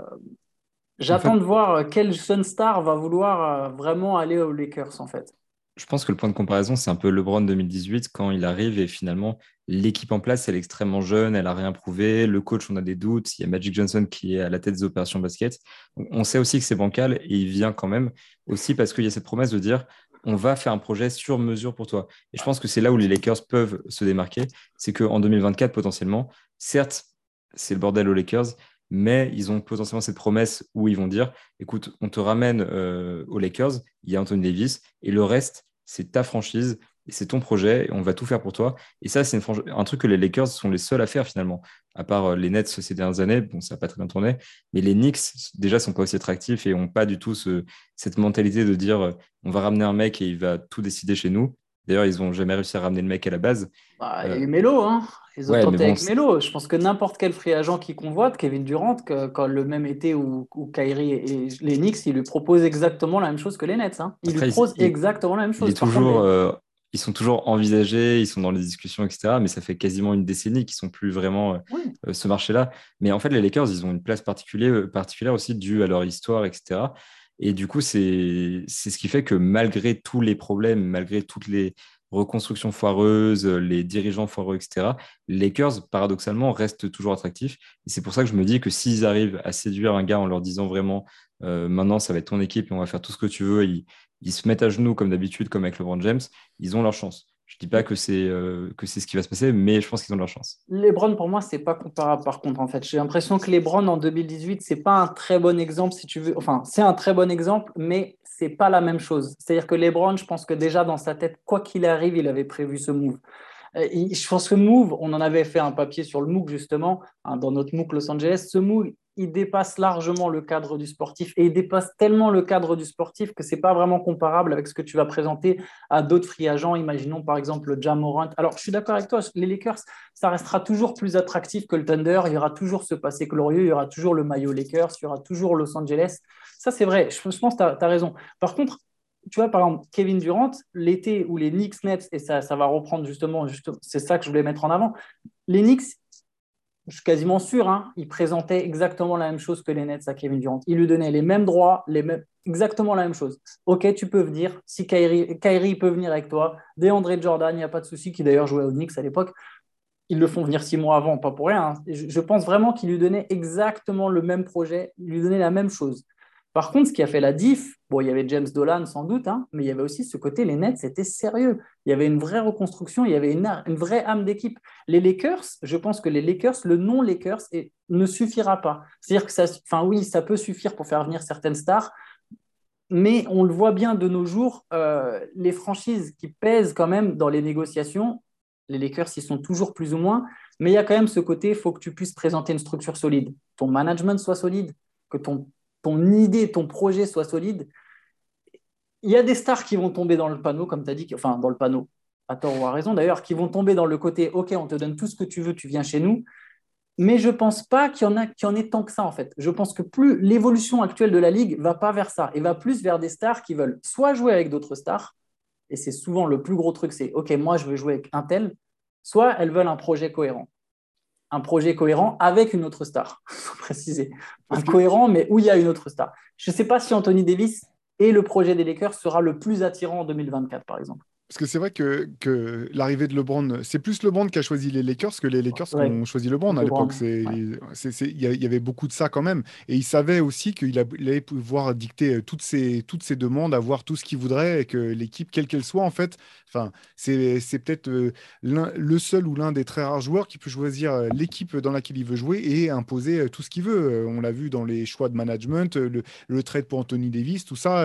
En J'attends fait, de voir quel jeune star va vouloir vraiment aller aux Lakers, en fait. je pense que le point de comparaison, c'est un peu LeBron 2018 quand il arrive et finalement l'équipe en place, elle est extrêmement jeune, elle a rien prouvé. Le coach, on a des doutes. Il y a Magic Johnson qui est à la tête des opérations basket. Donc, on sait aussi que c'est bancal et il vient quand même aussi parce qu'il y a cette promesse de dire on va faire un projet sur mesure pour toi. Et je pense que c'est là où les Lakers peuvent se démarquer. C'est qu'en 2024, potentiellement, certes, c'est le bordel aux Lakers, mais ils ont potentiellement cette promesse où ils vont dire écoute, on te ramène aux Lakers, il y a Anthony Davis et le reste, c'est ta franchise et c'est ton projet et on va tout faire pour toi. Et ça, c'est un truc que les Lakers sont les seuls à faire finalement. À part les Nets ces dernières années, bon, ça n'a pas très bien tourné, mais les Knicks déjà sont pas aussi attractifs et n'ont pas du tout cette mentalité de dire on va ramener un mec et il va tout décider chez nous. D'ailleurs, ils n'ont jamais réussi à ramener le mec à la base. Bah, il y a Euh, eu Melo, hein. Ils ont ouais, mais tenté bon, avec Melo. Je pense que n'importe quel free agent qui convoite, Kevin Durant, quand le même été où Kyrie et les Knicks, ils lui proposent exactement la même chose que les Nets, hein. Ils lui après, proposent exactement la même il est chose. Par contre, toujours, ils sont toujours envisagés, ils sont dans les discussions, etc. Mais ça fait quasiment une décennie qu'ils sont plus vraiment oui. ce marché-là. Mais en fait, les Lakers, ils ont une place particulière aussi due à leur histoire, etc. Et du coup, c'est ce qui fait que malgré tous les problèmes, malgré toutes les reconstructions foireuses, les dirigeants foireux, etc., les Lakers, paradoxalement, restent toujours attractifs. Et c'est pour ça que je me dis que s'ils arrivent à séduire un gars en leur disant vraiment, maintenant, ça va être ton équipe et on va faire tout ce que tu veux, ils se mettent à genoux comme d'habitude, comme avec LeBron James, ils ont leur chance. Je dis pas que c'est ce qui va se passer, mais je pense qu'ils ont leur chance. LeBron, pour moi, c'est pas comparable par contre, en fait. J'ai l'impression que LeBron en 2018, c'est pas un très bon exemple, si tu veux. Enfin, c'est un très bon exemple, mais c'est pas la même chose. C'est-à-dire que LeBron, je pense que déjà dans sa tête, quoi qu'il arrive, il avait prévu ce move. Je pense que Move, on en avait fait un papier sur le MOOC justement, hein, dans notre MOOC Los Angeles. Ce MOOC, il dépasse largement le cadre du sportif et il dépasse tellement le cadre du sportif que c'est pas vraiment comparable avec ce que tu vas présenter à d'autres free agents. Imaginons par exemple le Ja Morant. Alors, je suis d'accord avec toi, les Lakers, ça restera toujours plus attractif que le Thunder. Il y aura toujours ce passé glorieux, il y aura toujours le maillot Lakers, il y aura toujours Los Angeles. Ça, c'est vrai. Je pense que tu as raison. Par contre, tu vois, par exemple, Kevin Durant, l'été où les Knicks Nets, et ça va reprendre justement, c'est ça que je voulais mettre en avant, les Knicks, je suis quasiment sûr, hein, ils présentaient exactement la même chose que les Nets à Kevin Durant. Ils lui donnaient les mêmes droits, exactement la même chose. Ok, tu peux venir, si Kyrie peut venir avec toi, DeAndre Jordan, il n'y a pas de souci, qui d'ailleurs jouait aux Knicks à l'époque, ils le font venir 6 mois avant, pas pour rien, hein. Je pense vraiment qu'ils lui donnaient exactement le même projet, ils lui donnaient la même chose. Par contre, ce qui a fait la diff, bon, il y avait James Dolan sans doute, hein, mais il y avait aussi ce côté, les Nets, c'était sérieux. Il y avait une vraie reconstruction, il y avait une vraie âme d'équipe. Les Lakers, je pense que les Lakers, le nom Lakers ne suffira pas. C'est-à-dire que enfin oui, ça peut suffire pour faire venir certaines stars, mais on le voit bien de nos jours, les franchises qui pèsent quand même dans les négociations, les Lakers, ils sont toujours plus ou moins, mais il y a quand même ce côté, il faut que tu puisses présenter une structure solide, ton management soit solide, que ton idée, ton projet soit solide. il y a des stars qui vont tomber dans le panneau, comme tu as dit, enfin dans le panneau, à tort ou à raison d'ailleurs, qui vont tomber dans le côté, OK, on te donne tout ce que tu veux, tu viens chez nous. Mais je ne pense pas qu'il y en ait tant que ça, en fait. Je pense que plus l'évolution actuelle de la Ligue va pas vers ça, et va plus vers des stars qui veulent soit jouer avec d'autres stars, et c'est souvent le plus gros truc, c'est OK, moi je veux jouer avec un tel, soit elles veulent un projet cohérent. Un projet cohérent avec une autre star, il faut préciser. Un Parce que cohérent, mais où il y a une autre star. Je ne sais pas si Anthony Davis et le projet des Lakers sera le plus attirant en 2024, par exemple. Parce que c'est vrai que l'arrivée de LeBron, c'est plus LeBron qui a choisi les Lakers que les Lakers qui Ouais, ont choisi LeBron à l'époque. LeBron. Ouais. Il y avait beaucoup de ça quand même. Et il savait aussi il allait pouvoir dicter toutes ses demandes, avoir tout ce qu'il voudrait et que l'équipe, quelle qu'elle soit, en fait, enfin, c'est peut-être le seul ou l'un des très rares joueurs qui peut choisir l'équipe dans laquelle il veut jouer et imposer tout ce qu'il veut. On l'a vu dans les choix de management, le trade pour Anthony Davis, tout ça,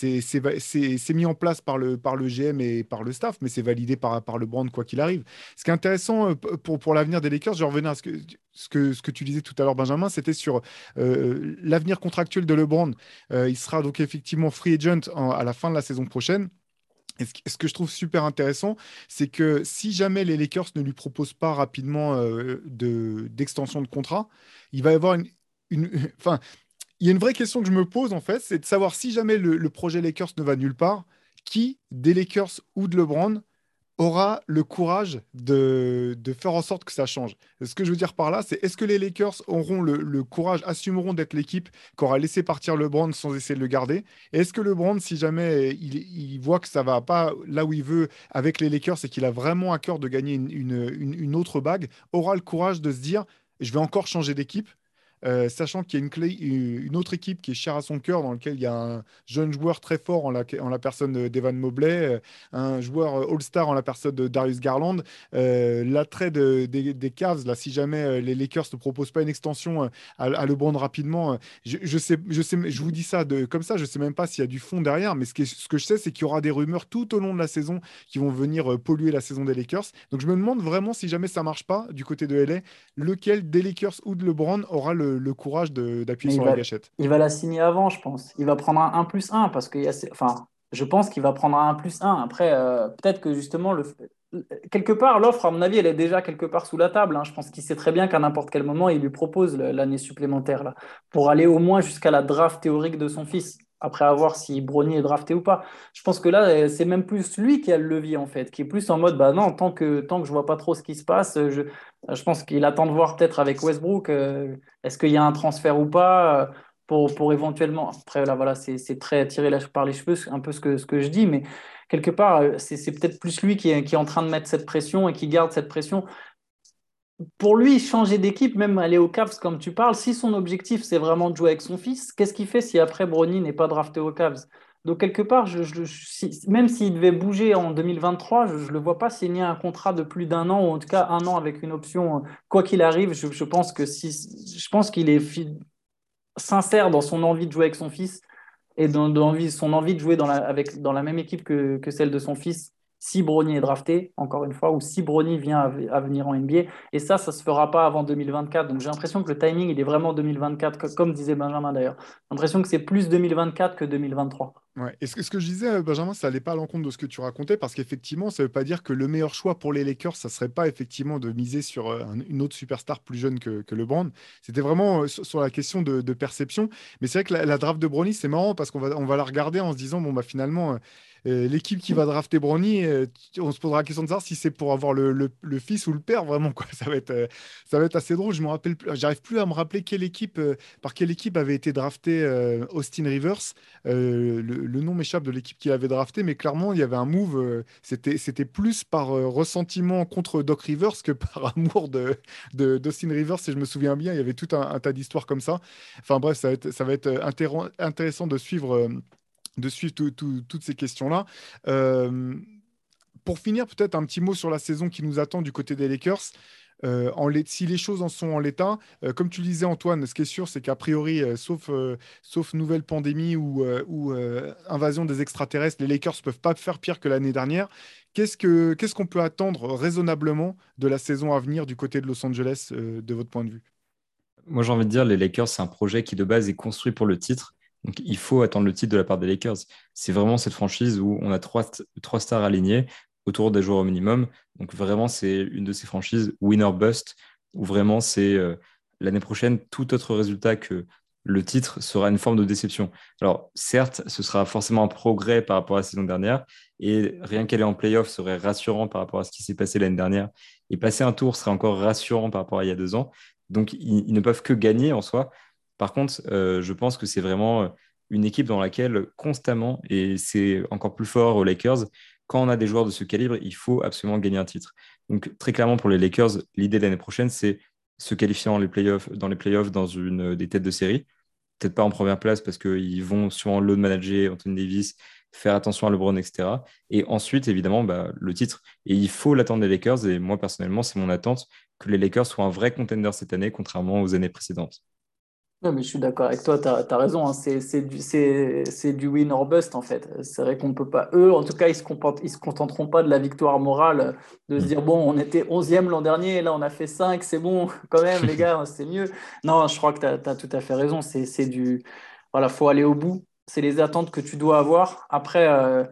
c'est mis en place par le GM et par le staff, mais c'est validé par le brand quoi qu'il arrive. Ce qui est intéressant pour l'avenir des Lakers, je revenais à ce que tu disais tout à l'heure, Benjamin, c'était sur l'avenir contractuel de LeBron. Il sera donc effectivement free agent à la fin de la saison prochaine. Et ce que je trouve super intéressant, c'est que si jamais les Lakers ne lui proposent pas rapidement d'extension de contrat, il va y avoir enfin, il y a une vraie question que je me pose, en fait, c'est de savoir si jamais le projet Lakers ne va nulle part, qui, des Lakers ou de LeBron, aura le courage de faire en sorte que ça change. Ce que je veux dire par là, c'est est-ce que les Lakers auront le courage, assumeront d'être l'équipe qu'aura laissé partir LeBron sans essayer de le garder? Et est-ce que LeBron, si jamais il voit que ça va pas là où il veut avec les Lakers et qu'il a vraiment à cœur de gagner une autre bague, aura le courage de se dire, je vais encore changer d'équipe? Sachant qu'il y a une autre équipe qui est chère à son cœur, dans laquelle il y a un jeune joueur très fort en la personne d'Evan Mobley, un joueur All-Star en la personne de Darius Garland. L'attrait des Cavs, là, si jamais les Lakers ne proposent pas une extension à LeBron rapidement, je vous dis ça comme ça, je sais même pas s'il y a du fond derrière, mais ce que je sais, c'est qu'il y aura des rumeurs tout au long de la saison qui vont venir polluer la saison des Lakers. Donc je me demande vraiment si jamais ça marche pas du côté de LA, lequel des Lakers ou de LeBron aura le courage d'appuyer Mais sur la gâchette. il va la signer avant, je pense. Il va prendre un 1+1 parce qu'il y a, enfin, je pense qu'il va prendre un 1+1. Après, peut-être que justement, quelque part, l'offre, à mon avis, elle est déjà quelque part sous la table, hein. Je pense qu'il sait très bien qu'à n'importe quel moment, il lui propose l'année supplémentaire là, pour aller au moins jusqu'à la draft théorique de son fils. Après, à voir si Bronny est drafté ou pas. Je pense que là, c'est même plus lui qui a le levier, en fait, qui est plus en mode, bah non, tant que je vois pas trop ce qui se passe, je pense qu'il attend de voir peut-être avec Westbrook, est-ce qu'il y a un transfert ou pas, pour éventuellement. Après, là, voilà, c'est très tiré par les cheveux, un peu ce que je dis, mais quelque part, c'est peut-être plus lui qui est en train de mettre cette pression et qui garde cette pression. Pour lui, changer d'équipe, même aller aux Cavs comme tu parles, si son objectif c'est vraiment de jouer avec son fils, qu'est-ce qu'il fait si après Bronny n'est pas drafté aux Cavs? Donc quelque part, même s'il devait bouger en 2023, je ne le vois pas signer un contrat de plus d'un an, ou en tout cas un an avec une option, quoi qu'il arrive. Je pense que je pense qu'il est sincère dans son envie de jouer avec son fils et son envie de jouer dans la même équipe que celle de son fils, si Bronny est drafté, encore une fois, ou si Bronny vient à venir en NBA. Et ça ne se fera pas avant 2024. Donc j'ai l'impression que le timing, il est vraiment 2024, comme disait Benjamin d'ailleurs. J'ai l'impression que c'est plus 2024 que 2023. Ouais. Et ce que je disais, Benjamin, ça n'allait pas à l'encontre de ce que tu racontais, parce qu'effectivement, ça ne veut pas dire que le meilleur choix pour les Lakers, ça serait pas effectivement de miser sur une autre superstar plus jeune que LeBron. C'était vraiment sur la question de perception. Mais c'est vrai que la draft de Bronny, c'est marrant, parce on va la regarder en se disant, bon, bah finalement, l'équipe qui va drafter Bronny, on se posera la question de savoir si c'est pour avoir le fils ou le père, vraiment, quoi. Ça va être assez drôle. Je me rappelle plus, j'arrive plus à me rappeler par quelle équipe avait été drafté Austin Rivers. Le nom m'échappe de l'équipe qui avait drafté, mais clairement, il y avait un move. C'était plus par ressentiment contre Doc Rivers que par amour d'Austin Rivers, si je me souviens bien. Il y avait tout un tas d'histoires comme ça. Enfin bref, ça va être intéressant de suivre toutes ces questions-là. Euh, pour finir, peut-être un petit mot sur la saison qui nous attend du côté des Lakers. Si les choses en sont en l'état, comme tu le disais Antoine, ce qui est sûr, c'est qu'a priori, sauf nouvelle pandémie ou invasion des extraterrestres, les Lakers ne peuvent pas faire pire que l'année dernière. Qu'est-ce qu'on peut attendre raisonnablement de la saison à venir du côté de Los Angeles, de votre point de vue? Moi, j'ai envie de dire, les Lakers, c'est un projet qui de base est construit pour le titre. Donc, il faut attendre le titre de la part des Lakers. C'est vraiment cette franchise où on a trois stars alignées autour des joueurs au minimum. Donc, vraiment, c'est une de ces franchises winner bust où vraiment c'est l'année prochaine, tout autre résultat que le titre sera une forme de déception. Alors, certes, ce sera forcément un progrès par rapport à la saison dernière et rien qu'aller en playoff serait rassurant par rapport à ce qui s'est passé l'année dernière. Et passer un tour serait encore rassurant par rapport à il y a 2 ans. Donc, ils ne peuvent que gagner en soi. Par contre, je pense que c'est vraiment une équipe dans laquelle constamment, et c'est encore plus fort aux Lakers, quand on a des joueurs de ce calibre, il faut absolument gagner un titre. Donc très clairement pour les Lakers, l'idée de l'année prochaine, c'est se qualifier dans les playoffs dans une des têtes de série. Peut-être pas en première place parce qu'ils vont sûrement load manager Anthony Davis, faire attention à LeBron, etc. Et ensuite, évidemment, bah, le titre. Et il faut l'attendre des Lakers. Et moi, personnellement, c'est mon attente que les Lakers soient un vrai contender cette année, contrairement aux années précédentes. Non, mais je suis d'accord avec toi, tu as raison, hein. C'est du win or bust en fait. C'est vrai qu'on peut pas, eux en tout cas, ils se contenteront pas de la victoire morale, de se Mm. dire, bon, on était 11e l'an dernier, et là on a fait 5, c'est bon, quand même, les gars, c'est mieux. Non, je crois que tu as tout à fait raison. Voilà, faut aller au bout. C'est les attentes que tu dois avoir. Après,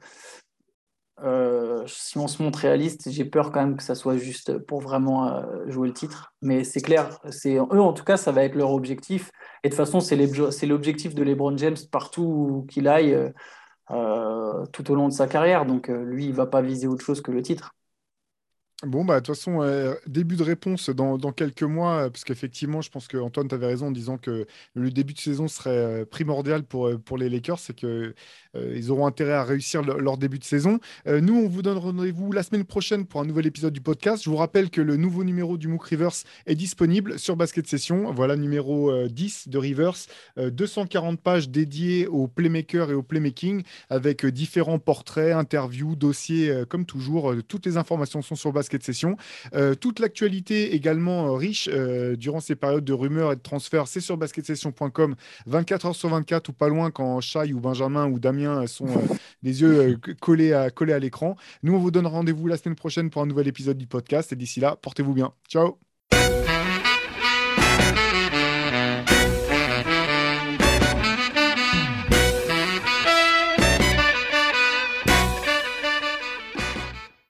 si on se montre réaliste, j'ai peur quand même que ça soit juste pour vraiment jouer le titre. Mais c'est clair, eux en tout cas, ça va être leur objectif. Et de toute façon, c'est l'objectif de LeBron James partout où qu'il aille tout au long de sa carrière. Donc lui, il va pas viser autre chose que le titre. Bon, bah, de toute façon, début de réponse dans quelques mois, parce qu'effectivement, je pense que Antoine, tu avais raison en disant que le début de saison serait primordial pour les Lakers, c'est que ils auront intérêt à réussir leur début de saison. Nous, on vous donne rendez-vous la semaine prochaine pour un nouvel épisode du podcast. Je vous rappelle que le nouveau numéro du MOOC Rivers est disponible sur Basket Session. Voilà, numéro 10 de Rivers, 240 pages dédiées aux playmakers et au playmaking, avec différents portraits, interviews, dossiers, comme toujours. Toutes les informations sont sur Basket Session. Toute l'actualité également riche durant ces périodes de rumeurs et de transferts, c'est sur basketsession.com 24 heures sur 24 ou pas loin quand Shai ou Benjamin ou Damien sont les yeux collés à l'écran. Nous, on vous donne rendez-vous la semaine prochaine pour un nouvel épisode du podcast et d'ici là, portez-vous bien. Ciao!